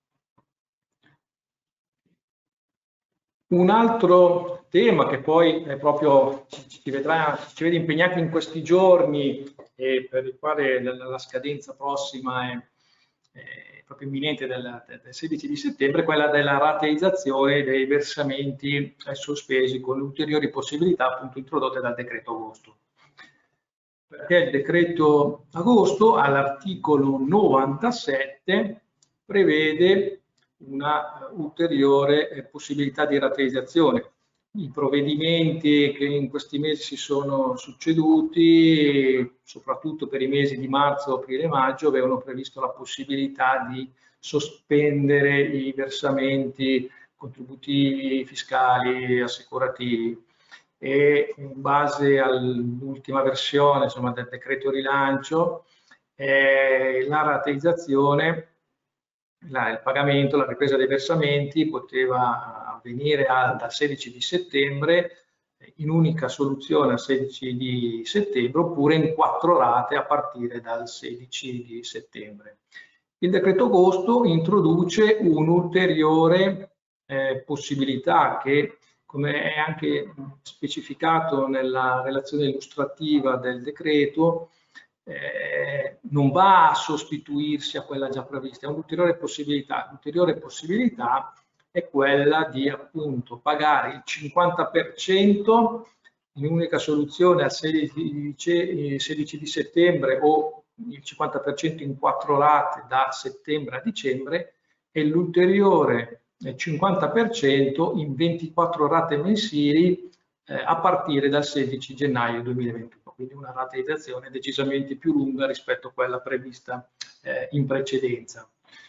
Un altro tema che poi è proprio, ci, vedrà, ci vede impegnati in questi giorni e per il quale la, la scadenza prossima è, è proprio imminente del, del sedici di settembre, è quella della rateizzazione dei versamenti sospesi con ulteriori possibilità appunto introdotte dal decreto agosto. Perché il decreto agosto all'articolo novantasette prevede una ulteriore possibilità di rateizzazione. I provvedimenti che in questi mesi si sono succeduti, soprattutto per i mesi di marzo, aprile e maggio, avevano previsto la possibilità di sospendere i versamenti contributivi, fiscali, assicurativi, e in base all'ultima versione, insomma, del decreto rilancio, eh, la rateizzazione, La, il pagamento, la ripresa dei versamenti poteva avvenire al, dal sedici di settembre in unica soluzione al sedici di settembre oppure in quattro rate a partire dal sedici di settembre. Il decreto agosto introduce un'ulteriore eh, possibilità che, come è anche specificato nella relazione illustrativa del decreto, Eh, non va a sostituirsi a quella già prevista, è un'ulteriore possibilità. L'ulteriore possibilità è quella di appunto pagare il cinquanta per cento in un'unica soluzione al sedici di settembre o il cinquanta per cento in quattro rate da settembre a dicembre e l'ulteriore cinquanta per cento in ventiquattro rate mensili eh, a partire dal sedici gennaio duemilaventuno, quindi una rateizzazione decisamente più lunga rispetto a quella prevista eh, in precedenza.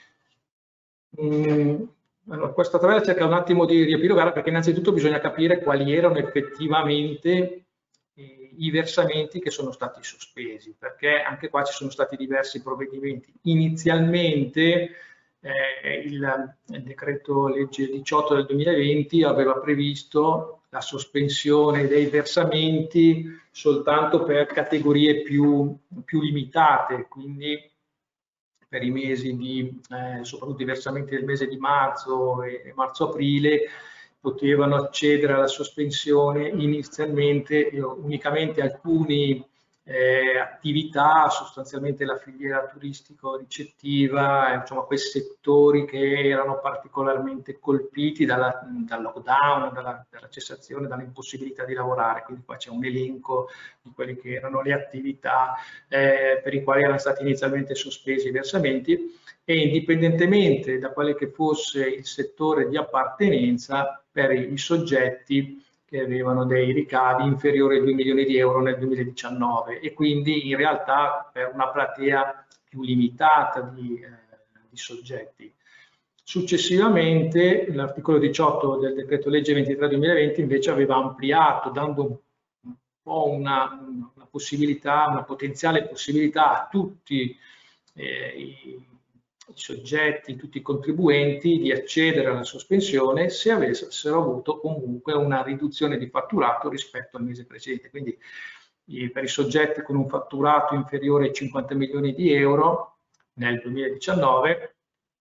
Mm, allora, questa tabella cerca un attimo di riepilogare, perché innanzitutto bisogna capire quali erano effettivamente eh, i versamenti che sono stati sospesi, perché anche qua ci sono stati diversi provvedimenti. Inizialmente eh, il, il decreto legge diciotto del duemilaventi aveva previsto la sospensione dei versamenti soltanto per categorie più, più limitate, quindi per i mesi di, eh, soprattutto i versamenti del mese di marzo e, e marzo-aprile, potevano accedere alla sospensione inizialmente eh, unicamente alcuni eh, attività, sostanzialmente la filiera turistico-ricettiva, eh, insomma quei settori che erano particolarmente colpiti dalla, dal lockdown, dalla, dalla cessazione, dall'impossibilità di lavorare. Quindi qua c'è un elenco di quelle che erano le attività eh, per i quali erano stati inizialmente sospesi i versamenti, e indipendentemente da quale che fosse il settore di appartenenza, per i soggetti che avevano dei ricavi inferiori ai due milioni di euro nel duemiladiciannove, e quindi in realtà per una platea più limitata di, eh, di soggetti. Successivamente l'articolo diciotto del decreto legge ventitré duemilaventi invece aveva ampliato, dando un po' una, una possibilità, una potenziale possibilità a tutti eh, i i soggetti, tutti i contribuenti, di accedere alla sospensione se avessero avuto comunque una riduzione di fatturato rispetto al mese precedente. Quindi per i soggetti con un fatturato inferiore ai cinquanta milioni di euro nel duemiladiciannove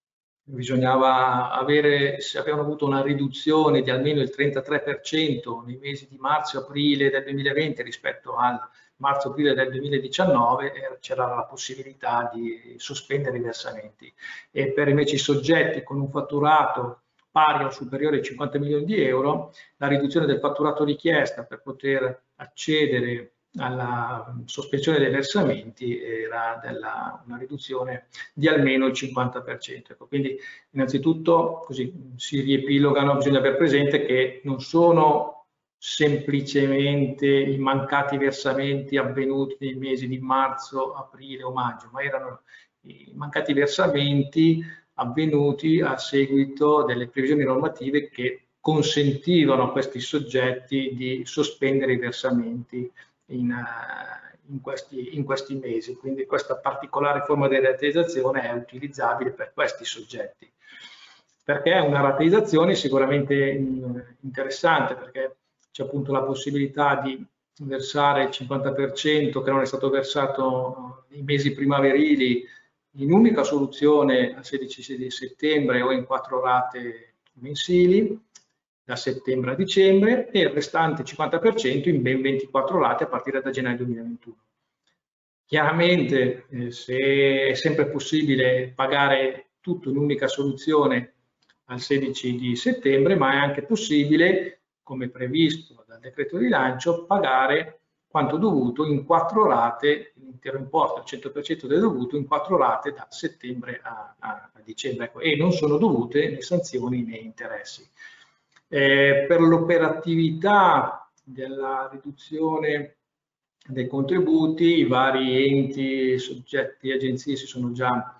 bisognava avere, se avevano avuto una riduzione di almeno il trentatré per cento nei mesi di marzo-aprile del duemilaventi rispetto al marzo-aprile del duemiladiciannove, c'era la possibilità di sospendere i versamenti. E per invece i soggetti con un fatturato pari o superiore ai cinquanta milioni di euro, la riduzione del fatturato richiesta per poter accedere alla sospensione dei versamenti era della, una riduzione di almeno il cinquanta per cento. Ecco, quindi innanzitutto così si riepilogano, bisogna aver presente che non sono semplicemente i mancati versamenti avvenuti nei mesi di marzo, aprile o maggio, ma erano i mancati versamenti avvenuti a seguito delle previsioni normative che consentivano a questi soggetti di sospendere i versamenti in, in, questi, in questi mesi. Quindi questa particolare forma di rateizzazione è utilizzabile per questi soggetti. Perché è una rateizzazione sicuramente interessante, perché c'è appunto la possibilità di versare il cinquanta per cento che non è stato versato nei mesi primaverili in un'unica soluzione al sedici di settembre o in quattro rate mensili da settembre a dicembre, e il restante cinquanta per cento in ben ventiquattro rate a partire da gennaio duemilaventuno. Chiaramente eh, se è sempre possibile pagare tutto in un'unica soluzione al sedici di settembre, ma è anche possibile, come previsto dal decreto rilancio, pagare quanto dovuto in quattro rate, l'intero importo, il cento per cento del dovuto, in quattro rate da settembre a, a, a dicembre, ecco, e non sono dovute né sanzioni né interessi. Eh, per l'operatività della riduzione dei contributi, i vari enti, soggetti e agenzie si sono già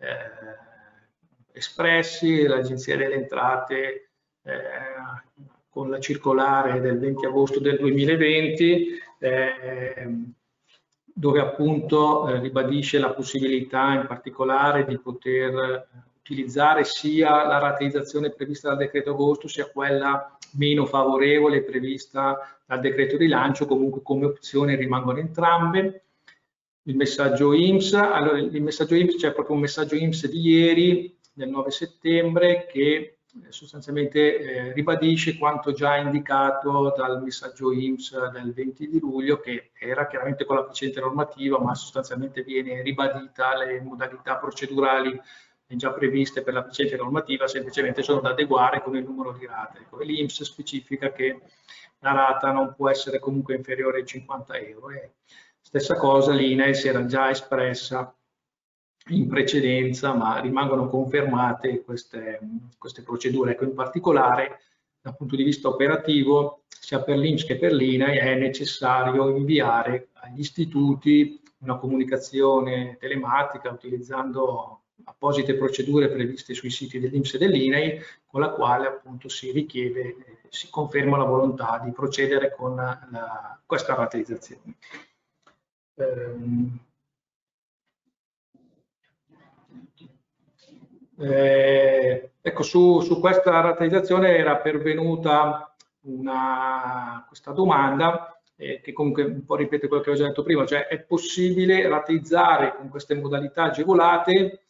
eh, espressi. L'Agenzia delle Entrate eh, con la circolare del venti agosto del duemilaventi, eh, dove appunto eh, ribadisce la possibilità in particolare di poter eh, utilizzare sia la rateizzazione prevista dal decreto agosto sia quella meno favorevole prevista dal decreto rilancio. Comunque come opzione rimangono entrambe. Il messaggio I N P S, allora il messaggio I N P S, c'è proprio un messaggio I N P S di ieri, del nove settembre, che sostanzialmente eh, ribadisce quanto già indicato dal messaggio I N P S del venti di luglio, che era chiaramente con la precedente normativa, ma sostanzialmente viene ribadita le modalità procedurali già previste per la precedente normativa, semplicemente sono da adeguare con il numero di rate. L'I N P S specifica che la rata non può essere comunque inferiore ai cinquanta euro. E stessa cosa l'I N A I S era già espressa in precedenza, ma rimangono confermate queste, queste procedure. Ecco, in particolare dal punto di vista operativo sia per l'I N P S che per l'I N A I è necessario inviare agli istituti una comunicazione telematica utilizzando apposite procedure previste sui siti dell'I N P S e dell'I N A I, con la quale appunto si richiede, si conferma la volontà di procedere con la, questa rateizzazione. Ehm, Eh, ecco, su, su questa rateizzazione era pervenuta una, questa domanda, eh, che comunque un po' ripete quello che ho già detto prima, cioè è possibile rateizzare con queste modalità agevolate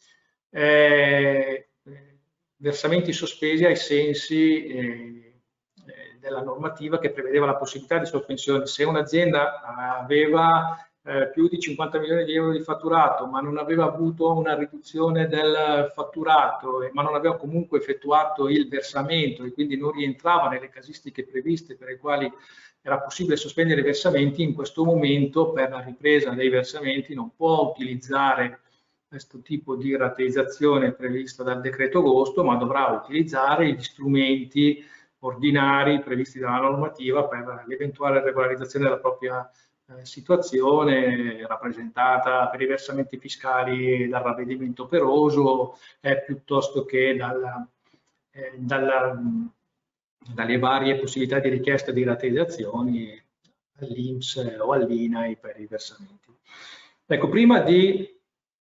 eh, versamenti sospesi ai sensi eh, della normativa che prevedeva la possibilità di sospensione. Se un'azienda aveva Eh, più di cinquanta milioni di euro di fatturato, ma non aveva avuto una riduzione del fatturato, eh, ma non aveva comunque effettuato il versamento e quindi non rientrava nelle casistiche previste per le quali era possibile sospendere i versamenti, in questo momento per la ripresa dei versamenti non può utilizzare questo tipo di rateizzazione prevista dal decreto agosto, ma dovrà utilizzare gli strumenti ordinari previsti dalla normativa per l'eventuale regolarizzazione della propria situazione rappresentata per i versamenti fiscali dal ravvedimento operoso eh, piuttosto che dalla, eh, dalla, dalle varie possibilità di richiesta di rateizzazioni all'I N P S o all'I N A I per i versamenti. Ecco, prima di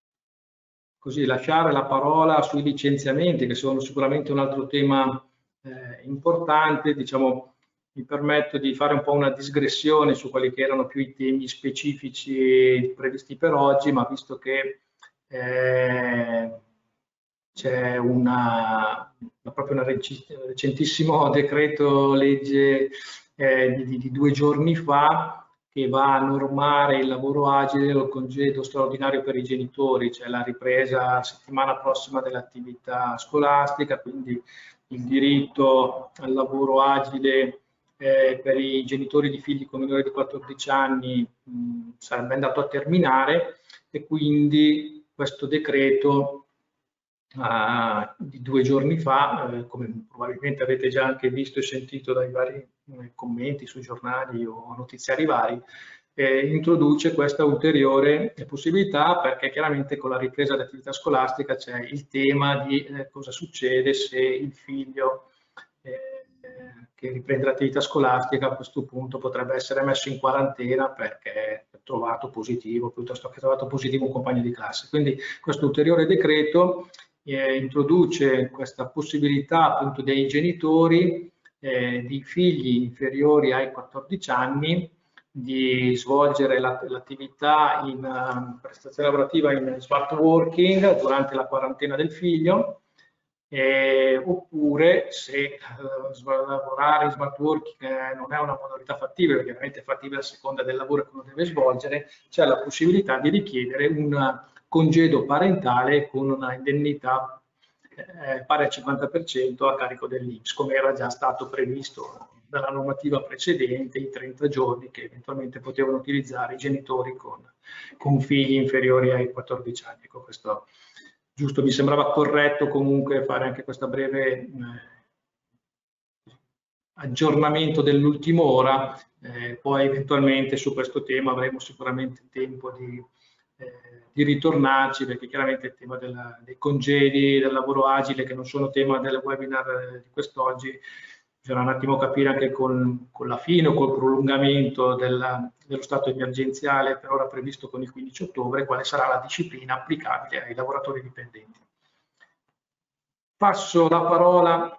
così lasciare la parola sui licenziamenti, che sono sicuramente un altro tema eh, importante, diciamo, mi permetto di fare un po' una digressione su quelli che erano più i temi specifici previsti per oggi, ma visto che eh, c'è una, proprio un recentissimo decreto legge eh, di, di due giorni fa che va a normare il lavoro agile o il congedo straordinario per i genitori, cioè la ripresa la settimana prossima dell'attività scolastica, quindi il diritto al lavoro agile Eh, per i genitori di figli con minore di quattordici anni mh, sarebbe andato a terminare e quindi questo decreto uh, di due giorni fa, eh, come probabilmente avete già anche visto e sentito dai vari eh, commenti sui giornali o notiziari vari, eh, introduce questa ulteriore possibilità perché chiaramente con la ripresa dell'attività scolastica c'è il tema di eh, cosa succede se il figlio eh, che riprende l'attività scolastica a questo punto potrebbe essere messo in quarantena perché è trovato positivo, piuttosto che è trovato positivo un compagno di classe. Quindi questo ulteriore decreto eh, introduce questa possibilità appunto dei genitori eh, di figli inferiori ai quattordici anni di svolgere l'attività in uh, prestazione lavorativa in smart working durante la quarantena del figlio. Eh, oppure se eh, lavorare in smart working eh, non è una modalità fattibile, chiaramente è fattibile a seconda del lavoro che uno deve svolgere, c'è la possibilità di richiedere un congedo parentale con una indennità eh, pari al cinquanta per cento a carico dell'I N P S, come era già stato previsto dalla normativa precedente, i trenta giorni che eventualmente potevano utilizzare i genitori con, con figli inferiori ai quattordici anni. Ecco, questo giusto, mi sembrava corretto comunque fare anche questo breve eh, aggiornamento dell'ultima ora, eh, poi eventualmente su questo tema avremo sicuramente tempo di, eh, di ritornarci, perché chiaramente il tema della, dei congedi, del lavoro agile, che non sono tema del webinar di quest'oggi, bisogna un attimo capire anche con, con la fine o col prolungamento della, dello stato emergenziale per ora previsto con il quindici ottobre, quale sarà la disciplina applicabile ai lavoratori dipendenti. Passo la parola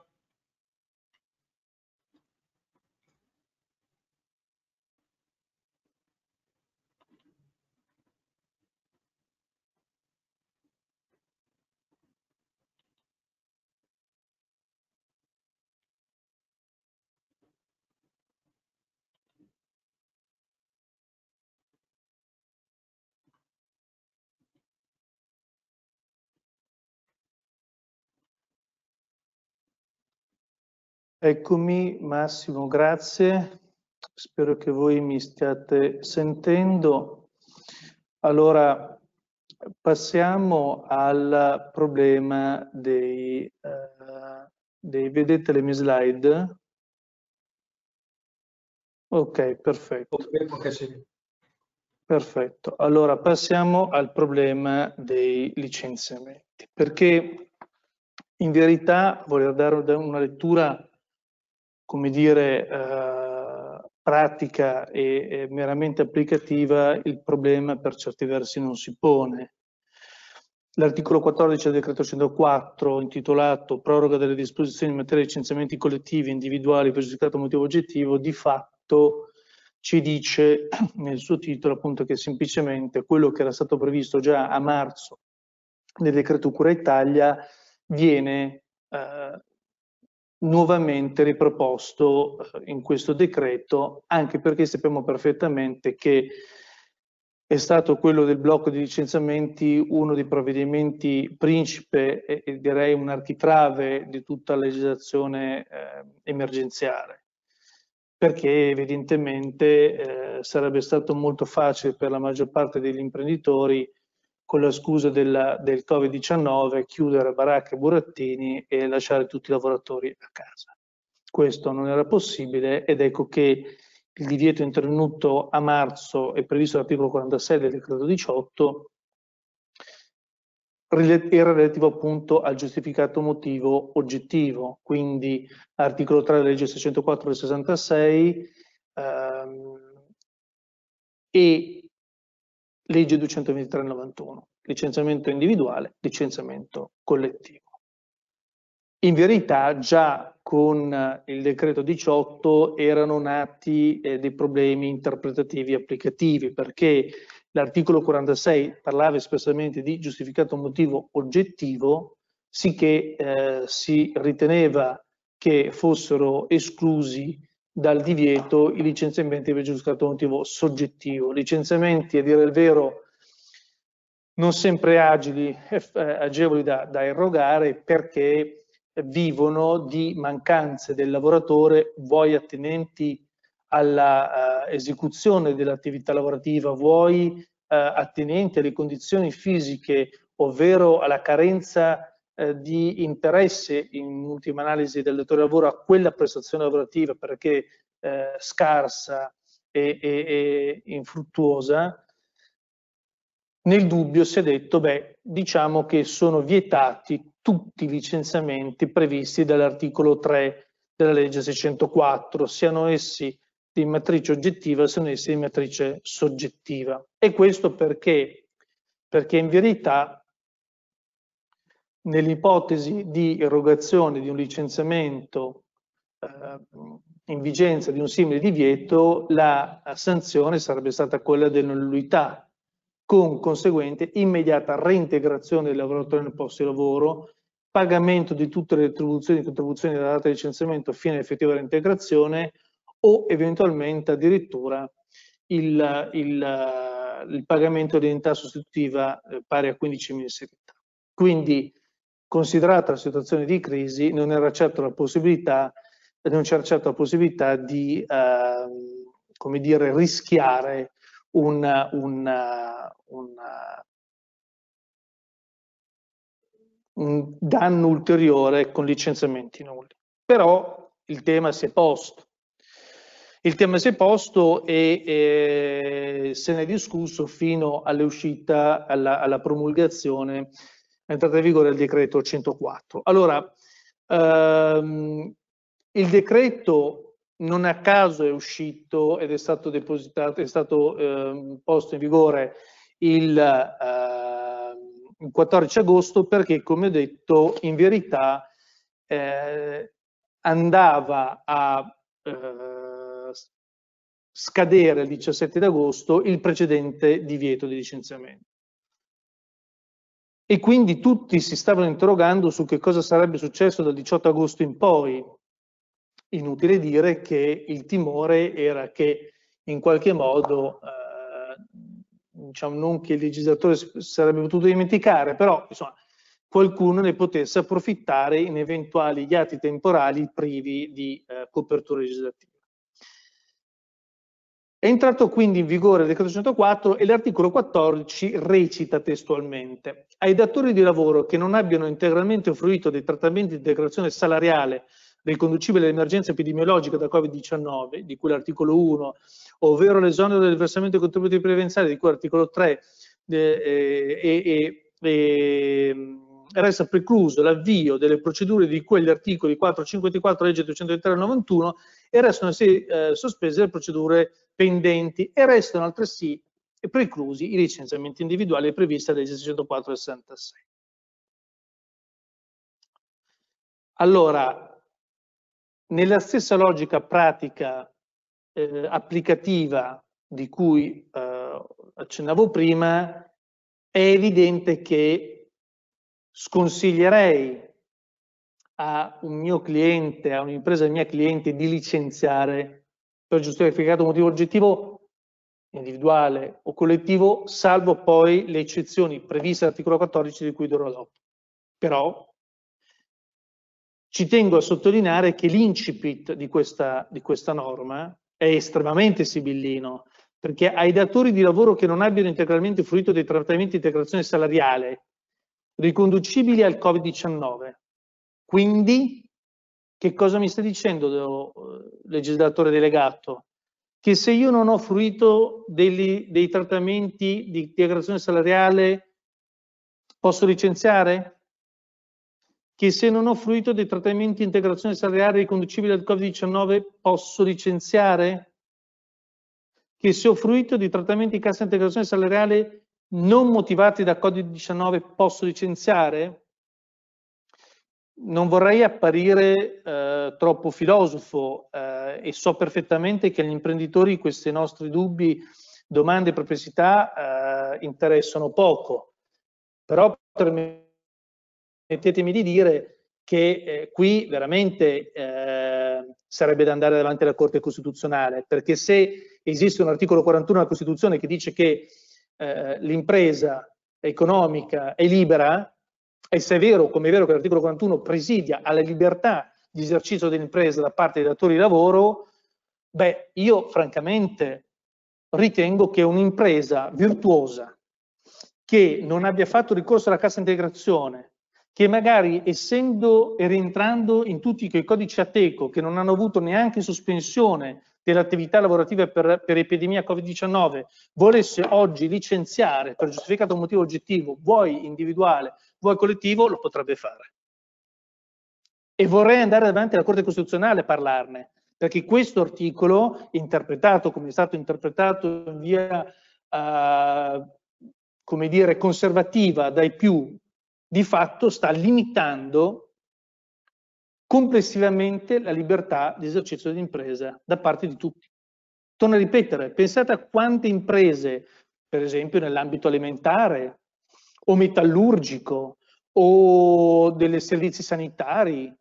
Eccomi Massimo, grazie. Spero che voi mi stiate sentendo. Allora, passiamo al problema dei, eh, dei vedete le mie slide? Ok, perfetto. Confermo che sì. Perfetto. Allora passiamo al problema dei licenziamenti, perché in verità voler dare una lettura, come dire, eh, pratica e, e meramente applicativa, il problema per certi versi non si pone. L'articolo quattordici del decreto centoquattro, intitolato Proroga delle disposizioni in materia di licenziamenti collettivi individuali per giustificato motivo oggettivo, di fatto ci dice nel suo titolo appunto che semplicemente quello che era stato previsto già a marzo nel decreto Cura Italia viene eh, nuovamente riproposto eh, in questo decreto, anche perché sappiamo perfettamente che è stato quello del blocco di licenziamenti uno dei provvedimenti principe e, e direi un architrave di tutta la legislazione eh, emergenziale, perché evidentemente eh, sarebbe stato molto facile per la maggior parte degli imprenditori, con la scusa della, del Covid diciannove, chiudere baracche e burattini e lasciare tutti i lavoratori a casa. Questo non era possibile ed ecco che il divieto intervenuto a marzo e previsto dall'articolo quarantasei del decreto diciotto era relativo appunto al giustificato motivo oggettivo, quindi articolo tre della legge seicentoquattro del sessantasei ehm, e legge duecentoventitré del novantuno, licenziamento individuale, licenziamento collettivo. In verità già con il decreto diciotto erano nati eh, dei problemi interpretativi applicativi, perché l'articolo quarantasei parlava espressamente di giustificato motivo oggettivo, sicché eh, si riteneva che fossero esclusi dal divieto i licenziamenti per giustificato motivo soggettivo. Licenziamenti, a dire il vero, non sempre agili, eh, agevoli da, da erogare, perché vivono di mancanze del lavoratore, vuoi attinenti alla uh, esecuzione dell'attività lavorativa, vuoi uh, attinenti alle condizioni fisiche, ovvero alla carenza uh, di interesse in ultima analisi del datore di lavoro a quella prestazione lavorativa perché uh, scarsa e, e, e infruttuosa. Nel dubbio si è detto, beh, diciamo che sono vietati tutti i licenziamenti previsti dall'articolo tre della legge seicentoquattro, siano essi di matrice oggettiva, siano essi di matrice soggettiva. E questo perché? Perché in verità nell'ipotesi di erogazione di un licenziamento eh, in vigenza di un simile divieto, la sanzione sarebbe stata quella della nullità, con conseguente immediata reintegrazione del lavoratore nel posto di lavoro, pagamento di tutte le retribuzioni e contribuzioni della data di licenziamento fino all'effettiva reintegrazione o eventualmente addirittura il, il, il pagamento di indennità sostitutiva eh, pari a quindici mensilità. Quindi, considerata la situazione di crisi, non era certo la possibilità, non c'era certo la possibilità di eh, come dire, rischiare un, un, un, un danno ulteriore con licenziamenti nulli. Però il tema si è posto. Il tema si è posto e eh, se ne è discusso fino all'uscita, alla, alla promulgazione, entrata in vigore del decreto centoquattro. Allora, ehm, il decreto non a caso è uscito ed è stato depositato, è stato eh, posto in vigore il, eh, il quattordici agosto perché, come ho detto, in verità eh, andava a eh, scadere il diciassette agosto il precedente divieto di licenziamento. E quindi tutti si stavano interrogando su che cosa sarebbe successo dal diciotto agosto in poi. Inutile dire che il timore era che in qualche modo, eh, diciamo non che il legislatore sarebbe potuto dimenticare, però insomma, qualcuno ne potesse approfittare in eventuali atti temporali privi di eh, copertura legislativa. È entrato quindi in vigore il decreto centoquattro e l'articolo quattordici recita testualmente: ai datori di lavoro che non abbiano integralmente fruito dei trattamenti di integrazione salariale riconducibili all'emergenza epidemiologica da Covid diciannove, di cui l'articolo uno, ovvero l'esonero del versamento dei contributi previdenziali, di cui l'articolo tre, eh, e, e, e resta precluso l'avvio delle procedure di cui agli articoli quattro, cinque e quattro legge duecentotrenta del novantuno e restano sì, eh, sospese le procedure pendenti e restano altresì preclusi i licenziamenti individuali previsti dalla legge seicentoquattro del sessantasei. Allora, nella stessa logica pratica eh, applicativa di cui eh, accennavo prima, è evidente che sconsiglierei a un mio cliente, a un'impresa del mio cliente, di licenziare per giustificato motivo oggettivo individuale o collettivo, salvo poi le eccezioni previste all'articolo quattordici di cui darò dopo. Però ci tengo a sottolineare che l'incipit di questa, di questa norma è estremamente sibillino, perché ai datori di lavoro che non abbiano integralmente fruito dei trattamenti di integrazione salariale riconducibili al Covid diciannove. Quindi, che cosa mi sta dicendo il legislatore delegato? Che se io non ho fruito dei, dei trattamenti di integrazione salariale posso licenziare? Che se non ho fruito dei trattamenti di integrazione salariale riconducibili al Covid diciannove posso licenziare? Che se ho fruito di trattamenti di cassa integrazione salariale non motivati da Covid diciannove posso licenziare? Non vorrei apparire eh, troppo filosofo eh, e so perfettamente che agli imprenditori questi nostri dubbi, domande e perplessità eh, interessano poco, però permettetemi di dire che eh, qui veramente eh, sarebbe da andare davanti alla Corte Costituzionale, perché se esiste un articolo quarantuno della Costituzione che dice che eh, l'impresa economica è libera, e se è vero, come è vero che l'articolo quarantuno presidia alla libertà di esercizio dell'impresa da parte dei datori di lavoro, beh, io francamente ritengo che un'impresa virtuosa che non abbia fatto ricorso alla cassa integrazione, che magari essendo e rientrando in tutti quei codici Ateco che non hanno avuto neanche sospensione dell'attività lavorativa per, per epidemia Covid diciannove, volesse oggi licenziare per giustificato motivo oggettivo, vuoi individuale, vuoi collettivo, lo potrebbe fare. E vorrei andare davanti alla Corte Costituzionale a parlarne, perché questo articolo, interpretato come è stato interpretato in via, uh, come dire, conservativa dai più, di fatto sta limitando complessivamente la libertà di esercizio dell'impresa da parte di tutti. Torno a ripetere, pensate a quante imprese, per esempio nell'ambito alimentare o metallurgico o dei servizi sanitari,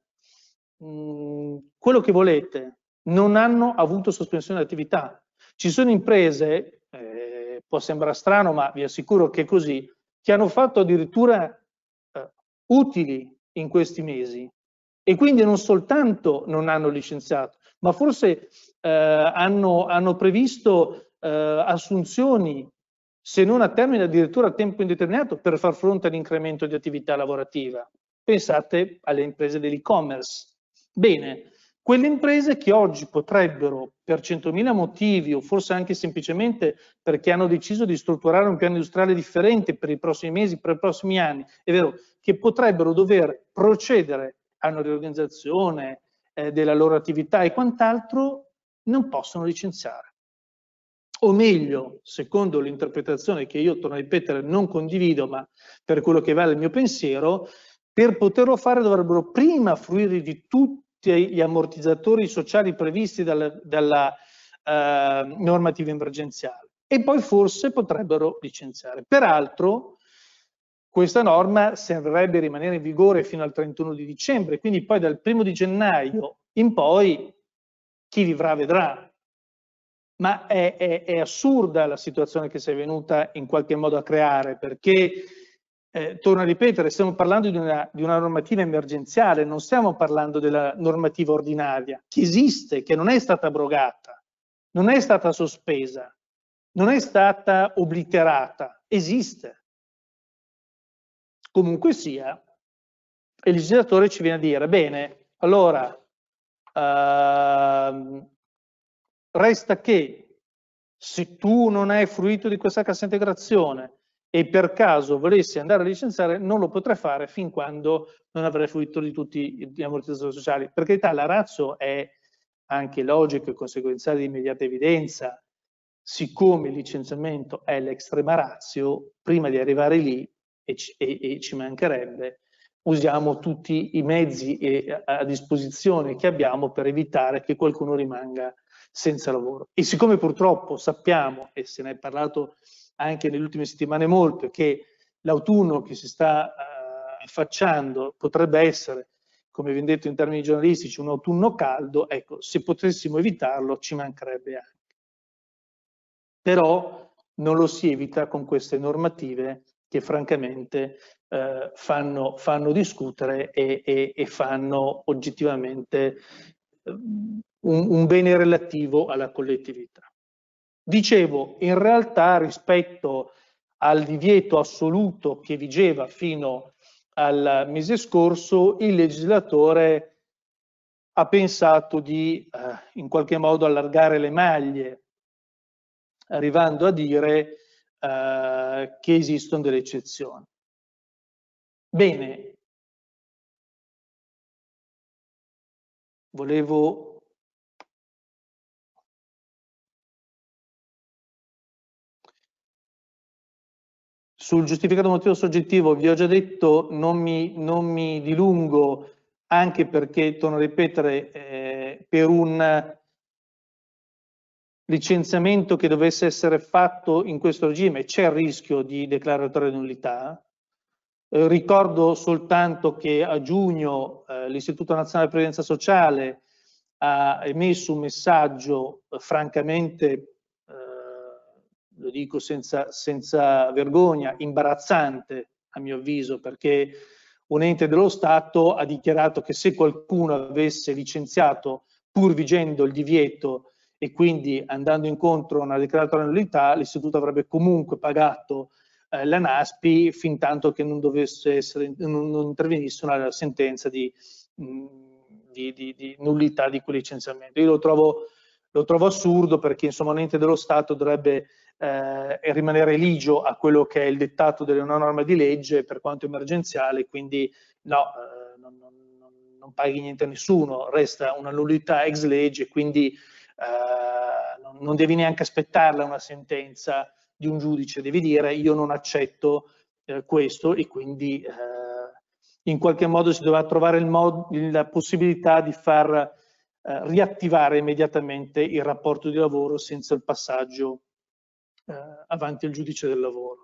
mh, quello che volete, non hanno avuto sospensione dell'attività. Ci sono imprese, eh, può sembrare strano, ma vi assicuro che è così, che hanno fatto addirittura eh, utili in questi mesi e quindi non soltanto non hanno licenziato, ma forse eh, hanno, hanno previsto eh, assunzioni, se non a termine addirittura a tempo indeterminato, per far fronte all'incremento di attività lavorativa. Pensate alle imprese dell'e-commerce. Bene, quelle imprese che oggi potrebbero, per centomila motivi o forse anche semplicemente perché hanno deciso di strutturare un piano industriale differente per i prossimi mesi, per i prossimi anni, è vero, che potrebbero dover procedere a una riorganizzazione eh, della loro attività e quant'altro, non possono licenziare. O meglio, secondo l'interpretazione che io, torno a ripetere, non condivido, ma per quello che vale il mio pensiero, per poterlo fare dovrebbero prima fruire di tutti gli ammortizzatori sociali previsti dalla, dalla eh, normativa emergenziale e poi forse potrebbero licenziare. Peraltro, questa norma sembrerebbe rimanere in vigore fino al trentuno di dicembre, quindi poi dal primo di gennaio in poi chi vivrà vedrà. Ma è, è, è assurda la situazione che si è venuta in qualche modo a creare, perché, eh, torno a ripetere, stiamo parlando di una, di una normativa emergenziale, non stiamo parlando della normativa ordinaria, che esiste, che non è stata abrogata, non è stata sospesa, non è stata obliterata, esiste. Comunque sia, il legislatore ci viene a dire, bene, allora Uh, resta che se tu non hai fruito di questa cassa integrazione e per caso volessi andare a licenziare, non lo potrai fare fin quando non avrai fruito di tutti gli ammortizzatori sociali. Per carità, la ratio è anche logica e conseguenziale di immediata evidenza. Siccome il licenziamento è l'extrema ratio, prima di arrivare lì, e ci, e, e ci mancherebbe, usiamo tutti i mezzi a, a disposizione che abbiamo per evitare che qualcuno rimanga senza lavoro. E siccome purtroppo sappiamo, e se ne è parlato anche nelle ultime settimane molto, che l'autunno che si sta uh, affacciando potrebbe essere, come vi ho detto in termini giornalistici, un autunno caldo, ecco, se potessimo evitarlo ci mancherebbe anche. Però non lo si evita con queste normative che francamente eh, fanno, fanno discutere e, e, e fanno oggettivamente eh, un, un bene relativo alla collettività. Dicevo, in realtà rispetto al divieto assoluto che vigeva fino al mese scorso, il legislatore ha pensato di eh, in qualche modo allargare le maglie, arrivando a dire eh, che esistono delle eccezioni. Bene, volevo sul giustificato motivo soggettivo, vi ho già detto, non mi, non mi dilungo, anche perché, torno a ripetere, eh, per un licenziamento che dovesse essere fatto in questo regime c'è il rischio di declaratoria di nullità. Eh, ricordo soltanto che a giugno eh, l'Istituto Nazionale di Previdenza Sociale ha emesso un messaggio eh, francamente, eh, lo dico senza, senza vergogna, imbarazzante a mio avviso, perché un ente dello Stato ha dichiarato che se qualcuno avesse licenziato pur vigendo il divieto e quindi andando incontro a una declaratoria di nullità, l'istituto avrebbe comunque pagato eh, la NASPI fin tanto che non dovesse essere, non, non intervenisse una sentenza di, mh, di, di, di nullità di quel licenziamento. Io lo trovo, lo trovo assurdo, perché insomma un ente dello Stato dovrebbe eh, rimanere ligio a quello che è il dettato delle norme di legge per quanto emergenziale, quindi no, eh, non, non, non paghi niente a nessuno, resta una nullità ex legge, quindi Uh, non devi neanche aspettarla una sentenza di un giudice, devi dire io non accetto uh, questo, e quindi uh, in qualche modo si dovrà trovare il mod la possibilità di far riattivare immediatamente il rapporto di lavoro senza il passaggio avanti al giudice del lavoro.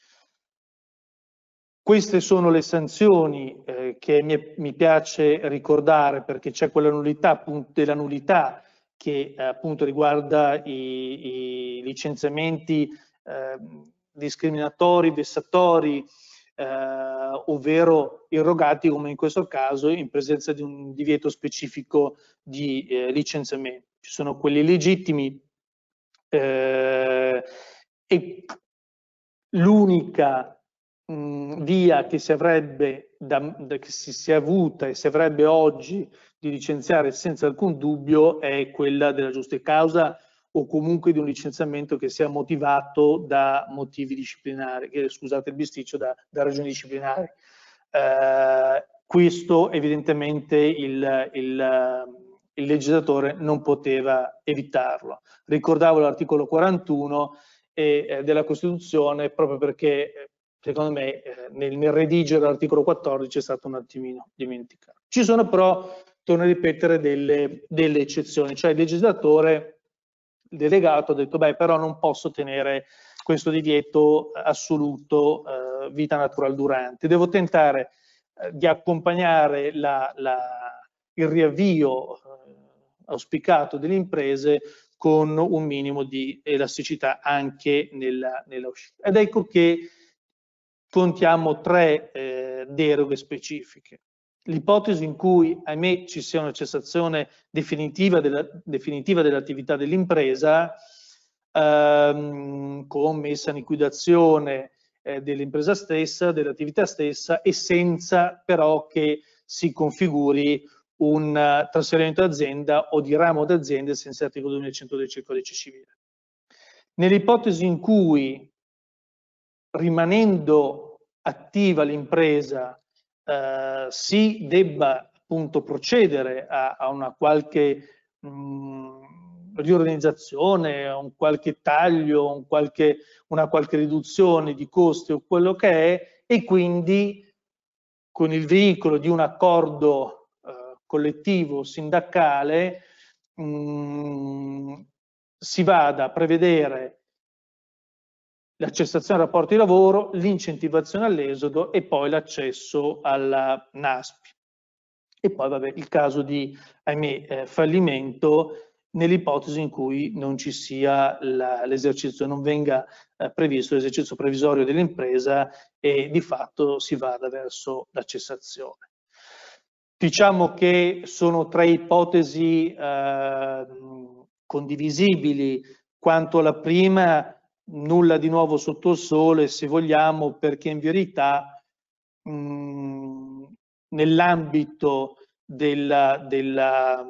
Queste sono le sanzioni eh, che mi, mi piace ricordare, perché c'è quella nullità, appunto, della nullità che eh, appunto riguarda i, i licenziamenti eh, discriminatori, vessatori, eh, ovvero irrogati, come in questo caso, in presenza di un divieto specifico di eh, licenziamento. Ci sono quelli legittimi eh, e l'unica via che si avrebbe da, da, che si sia avuta e si avrebbe oggi di licenziare senza alcun dubbio è quella della giusta causa, o comunque di un licenziamento che sia motivato da motivi disciplinari, che, scusate il bisticcio, da, da ragioni disciplinari. Eh, questo evidentemente il, il, il legislatore non poteva evitarlo. Ricordavo l'articolo quarantuno e, eh, della Costituzione, proprio perché secondo me eh, nel, nel redigere l'articolo quattordici è stato un attimino dimenticato. Ci sono però, torno a ripetere, delle, delle eccezioni, cioè il legislatore, il delegato ha detto beh, però non posso tenere questo divieto assoluto eh, vita natural durante, devo tentare eh, di accompagnare la, la, il riavvio eh, auspicato delle imprese con un minimo di elasticità anche nella, nella uscita. Ed ecco che contiamo tre eh, deroghe specifiche. L'ipotesi in cui, ahimè, ci sia una cessazione definitiva dell'attività dell dell'impresa ehm, con messa in liquidazione eh, dell'impresa stessa, dell'attività stessa, e senza però che si configuri un uh, trasferimento d'azienda o di ramo d'azienda senza l'articolo duemilacentododici del Codice Civile. Nell'ipotesi in cui, rimanendo attiva l'impresa, eh, si debba appunto procedere a, a una qualche mh, riorganizzazione, a un qualche taglio, un qualche, una qualche riduzione di costi o quello che è, e quindi con il veicolo di un accordo eh, collettivo sindacale mh, si vada a prevedere la cessazione del rapporto di lavoro, l'incentivazione all'esodo e poi l'accesso alla NASPI. E poi vabbè, il caso di, ahimè, eh, fallimento nell'ipotesi in cui non ci sia l'esercizio, non venga eh, previsto l'esercizio provvisorio dell'impresa e di fatto si vada verso la cessazione. Diciamo che sono tre ipotesi eh, condivisibili. Quanto alla prima, nulla di nuovo sotto il sole, se vogliamo, perché in verità nell'ambito della, della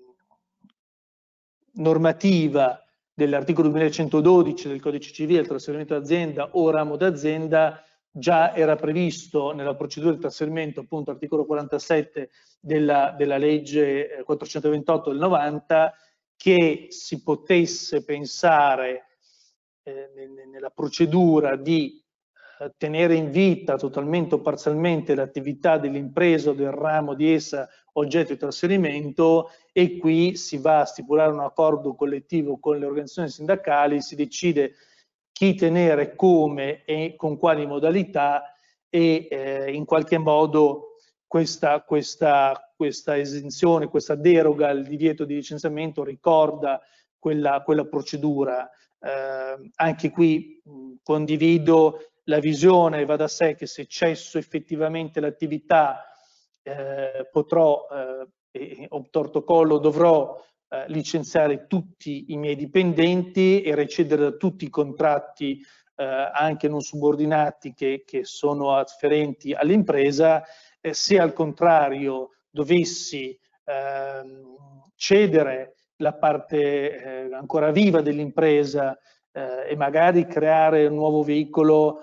normativa dell'articolo duemilacentododici del Codice Civile, il trasferimento d'azienda o ramo d'azienda, già era previsto nella procedura di trasferimento, appunto articolo quarantasette della, della legge quattrocentoventotto del novanta, che si potesse pensare eh, nella procedura di eh, tenere in vita totalmente o parzialmente l'attività dell'impresa o del ramo di essa oggetto di trasferimento, e qui si va a stipulare un accordo collettivo con le organizzazioni sindacali, si decide chi tenere, come e con quali modalità, e eh, in qualche modo questa, questa, questa esenzione, questa deroga al divieto di licenziamento ricorda quella, quella procedura. Eh, anche qui mh, condivido la visione, va da sé che se cesso effettivamente l'attività eh, potrò, eh, obtorto collo, dovrò eh, licenziare tutti i miei dipendenti e recedere da tutti i contratti eh, anche non subordinati che, che sono afferenti all'impresa. Eh, se al contrario dovessi eh, cedere la parte eh, ancora viva dell'impresa eh, e magari creare un nuovo veicolo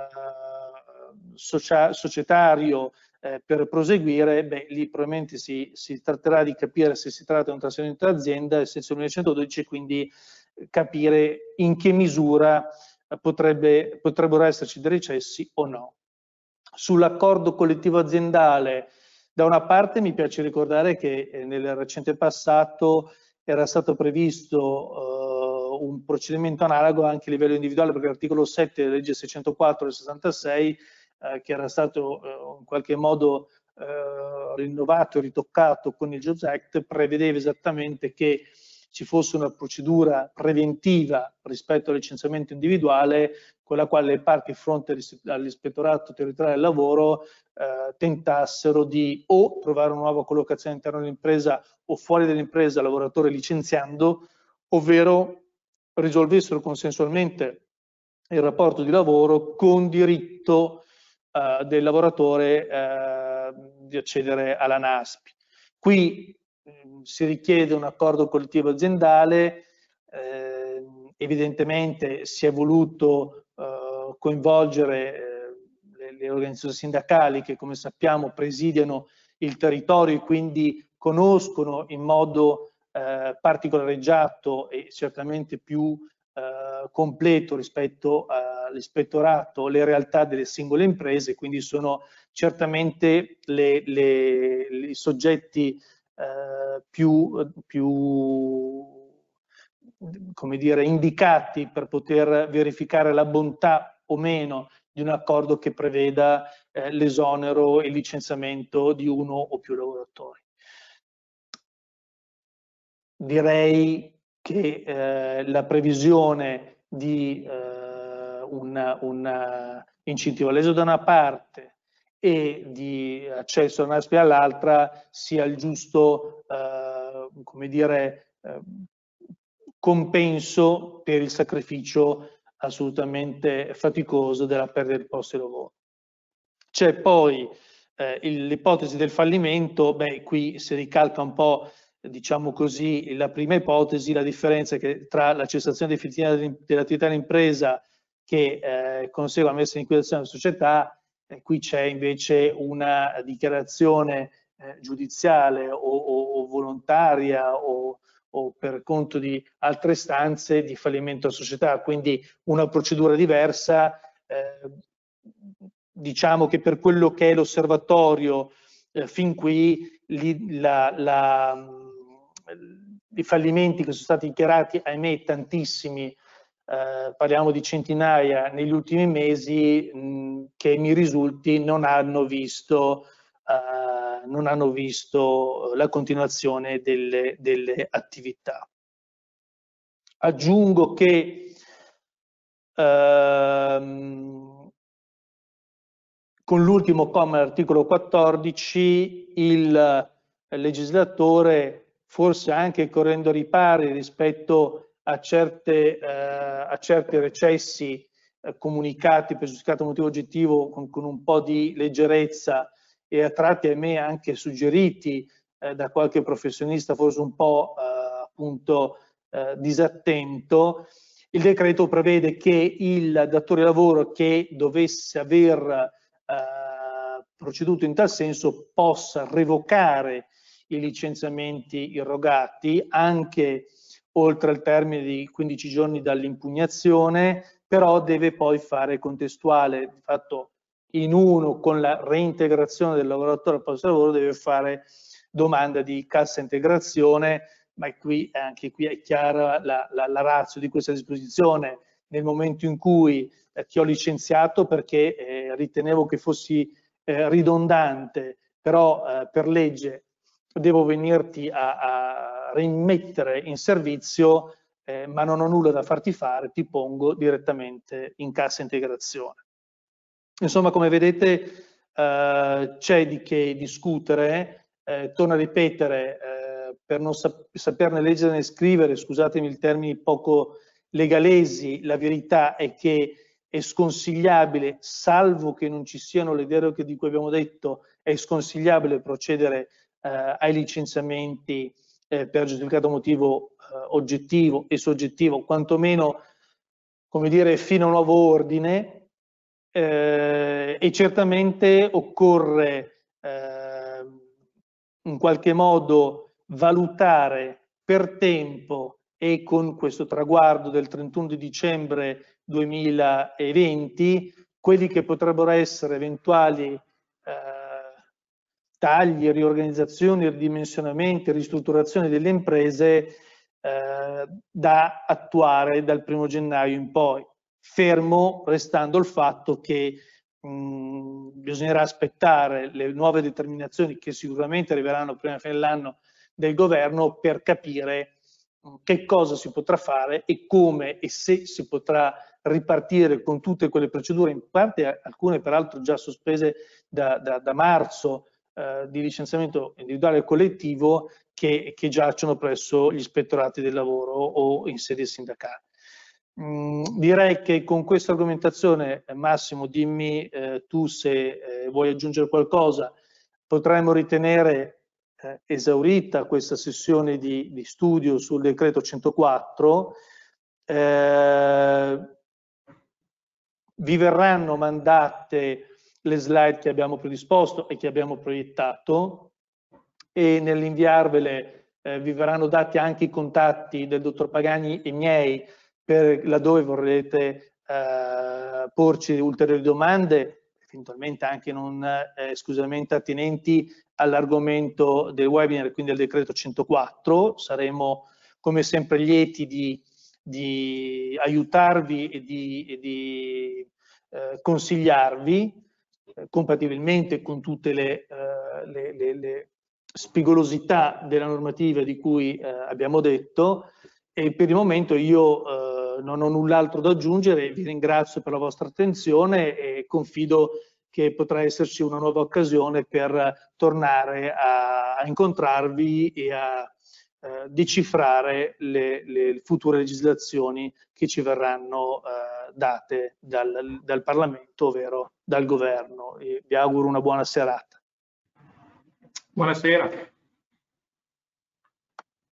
eh, socia societario eh, per proseguire, beh, lì probabilmente si, si tratterà di capire se si tratta di un trasferimento d'azienda, nel senso duemilacentododici, quindi capire in che misura potrebbe, potrebbero esserci dei recessi o no. Sull'accordo collettivo aziendale, da una parte mi piace ricordare che eh, nel recente passato era stato previsto uh, un procedimento analogo anche a livello individuale, perché l'articolo sette della legge seicentoquattro del sessantasei, eh, che era stato uh, in qualche modo uh, rinnovato e ritoccato con il Jobs Act, prevedeva esattamente che ci fosse una procedura preventiva rispetto al licenziamento individuale, con la quale le parti di fronte all'ispettorato territoriale del lavoro eh, tentassero di o trovare una nuova collocazione all'interno dell'impresa o fuori dell'impresa lavoratore licenziando, ovvero risolvessero consensualmente il rapporto di lavoro con diritto eh, del lavoratore eh, di accedere alla NASPI. Qui mh, si richiede un accordo collettivo aziendale, eh, evidentemente si è voluto eh, coinvolgere eh, le, le organizzazioni sindacali che, come sappiamo, presidiano il territorio e quindi conoscono in modo eh, particolareggiato e certamente più eh, completo rispetto all'ispettorato le realtà delle singole imprese, quindi sono certamente le, le, i soggetti eh, più, più come dire, indicati per poter verificare la bontà o meno di un accordo che preveda eh, l'esonero e il licenziamento di uno o più lavoratori. Direi che eh, la previsione di eh, un, un incentivo all'esodo da una parte e di accesso alla NASPI all'altra sia il giusto, eh, come dire, eh, compenso per il sacrificio assolutamente faticoso della perdita di posti di lavoro. C'è poi eh, l'ipotesi del fallimento, beh, qui si ricalca un po', diciamo così, la prima ipotesi, la differenza è che tra la cessazione definitiva dell'attività dell'impresa che eh, consegue la messa in liquidazione della società, eh, qui c'è invece una dichiarazione eh, giudiziale o, o, o volontaria o, o per conto di altre istanze di fallimento della società, quindi una procedura diversa. Eh, diciamo che per quello che è l'osservatorio eh, fin qui li, la, la, i fallimenti che sono stati dichiarati, ahimè tantissimi, eh, parliamo di centinaia negli ultimi mesi, mh, che mi risulti non hanno visto, eh, non hanno visto la continuazione delle, delle attività. Aggiungo che ehm, con l'ultimo comma dell'articolo quattordici il legislatore, forse anche correndo ripari rispetto a, certe, eh, a certi recessi eh, comunicati per giustificato motivo oggettivo con, con un po' di leggerezza e a tratti ahimè anche suggeriti eh, da qualche professionista forse un po' eh, appunto eh, disattento, il decreto prevede che il datore di lavoro che dovesse aver eh, proceduto in tal senso possa revocare i licenziamenti irrogati anche oltre il termine di quindici giorni dall'impugnazione, però deve poi fare contestuale, di fatto in uno con la reintegrazione del lavoratore al posto di lavoro deve fare domanda di cassa integrazione, ma qui, anche qui è chiara la, la, la ratio di questa disposizione. Nel momento in cui eh, ti ho licenziato perché eh, ritenevo che fossi eh, ridondante, però eh, per legge devo venirti a, a rimettere in servizio, eh, ma non ho nulla da farti fare, ti pongo direttamente in cassa integrazione. Insomma, come vedete, eh, c'è di che discutere. Eh, torno a ripetere, eh, per non sap saperne leggere e scrivere, scusatemi il termine poco legalesi, la verità è che è sconsigliabile, salvo che non ci siano le deroghe di cui abbiamo detto, è sconsigliabile procedere eh, ai licenziamenti eh, per giustificato motivo eh, oggettivo e soggettivo, quantomeno, come dire, fino a nuovo ordine. Eh, e certamente occorre eh, in qualche modo valutare per tempo e con questo traguardo del trentuno di dicembre duemilaventi quelli che potrebbero essere eventuali eh, tagli, riorganizzazioni, ridimensionamenti, ristrutturazioni delle imprese eh, da attuare dal primo gennaio in poi, fermo restando il fatto che mh, bisognerà aspettare le nuove determinazioni che sicuramente arriveranno prima della fine dell'anno del governo per capire mh, che cosa si potrà fare e come e se si potrà ripartire con tutte quelle procedure, in parte alcune peraltro già sospese da, da, da marzo, eh, di licenziamento individuale e collettivo che, che giacciono presso gli ispettorati del lavoro o in sede sindacale. Mm, direi che con questa argomentazione, Massimo, dimmi eh, tu se eh, vuoi aggiungere qualcosa, potremmo ritenere eh, esaurita questa sessione di, di studio sul decreto centoquattro. Eh, vi verranno mandate le slide che abbiamo predisposto e che abbiamo proiettato e nell'inviarvele eh, vi verranno dati anche i contatti del dottor Pagani e miei per laddove vorrete eh, porci ulteriori domande, eventualmente anche non eh, esclusivamente attinenti all'argomento del webinar, quindi al decreto centoquattro. Saremo come sempre lieti di, di aiutarvi e di, e di eh, consigliarvi eh, compatibilmente con tutte le, eh, le, le, le spigolosità della normativa di cui eh, abbiamo detto, e per il momento io eh, non ho null'altro da aggiungere. Vi ringrazio per la vostra attenzione e confido che potrà esserci una nuova occasione per tornare a, a incontrarvi e a eh, decifrare le, le future legislazioni che ci verranno eh, date dal, dal Parlamento, ovvero dal Governo. E vi auguro una buona serata. Buonasera.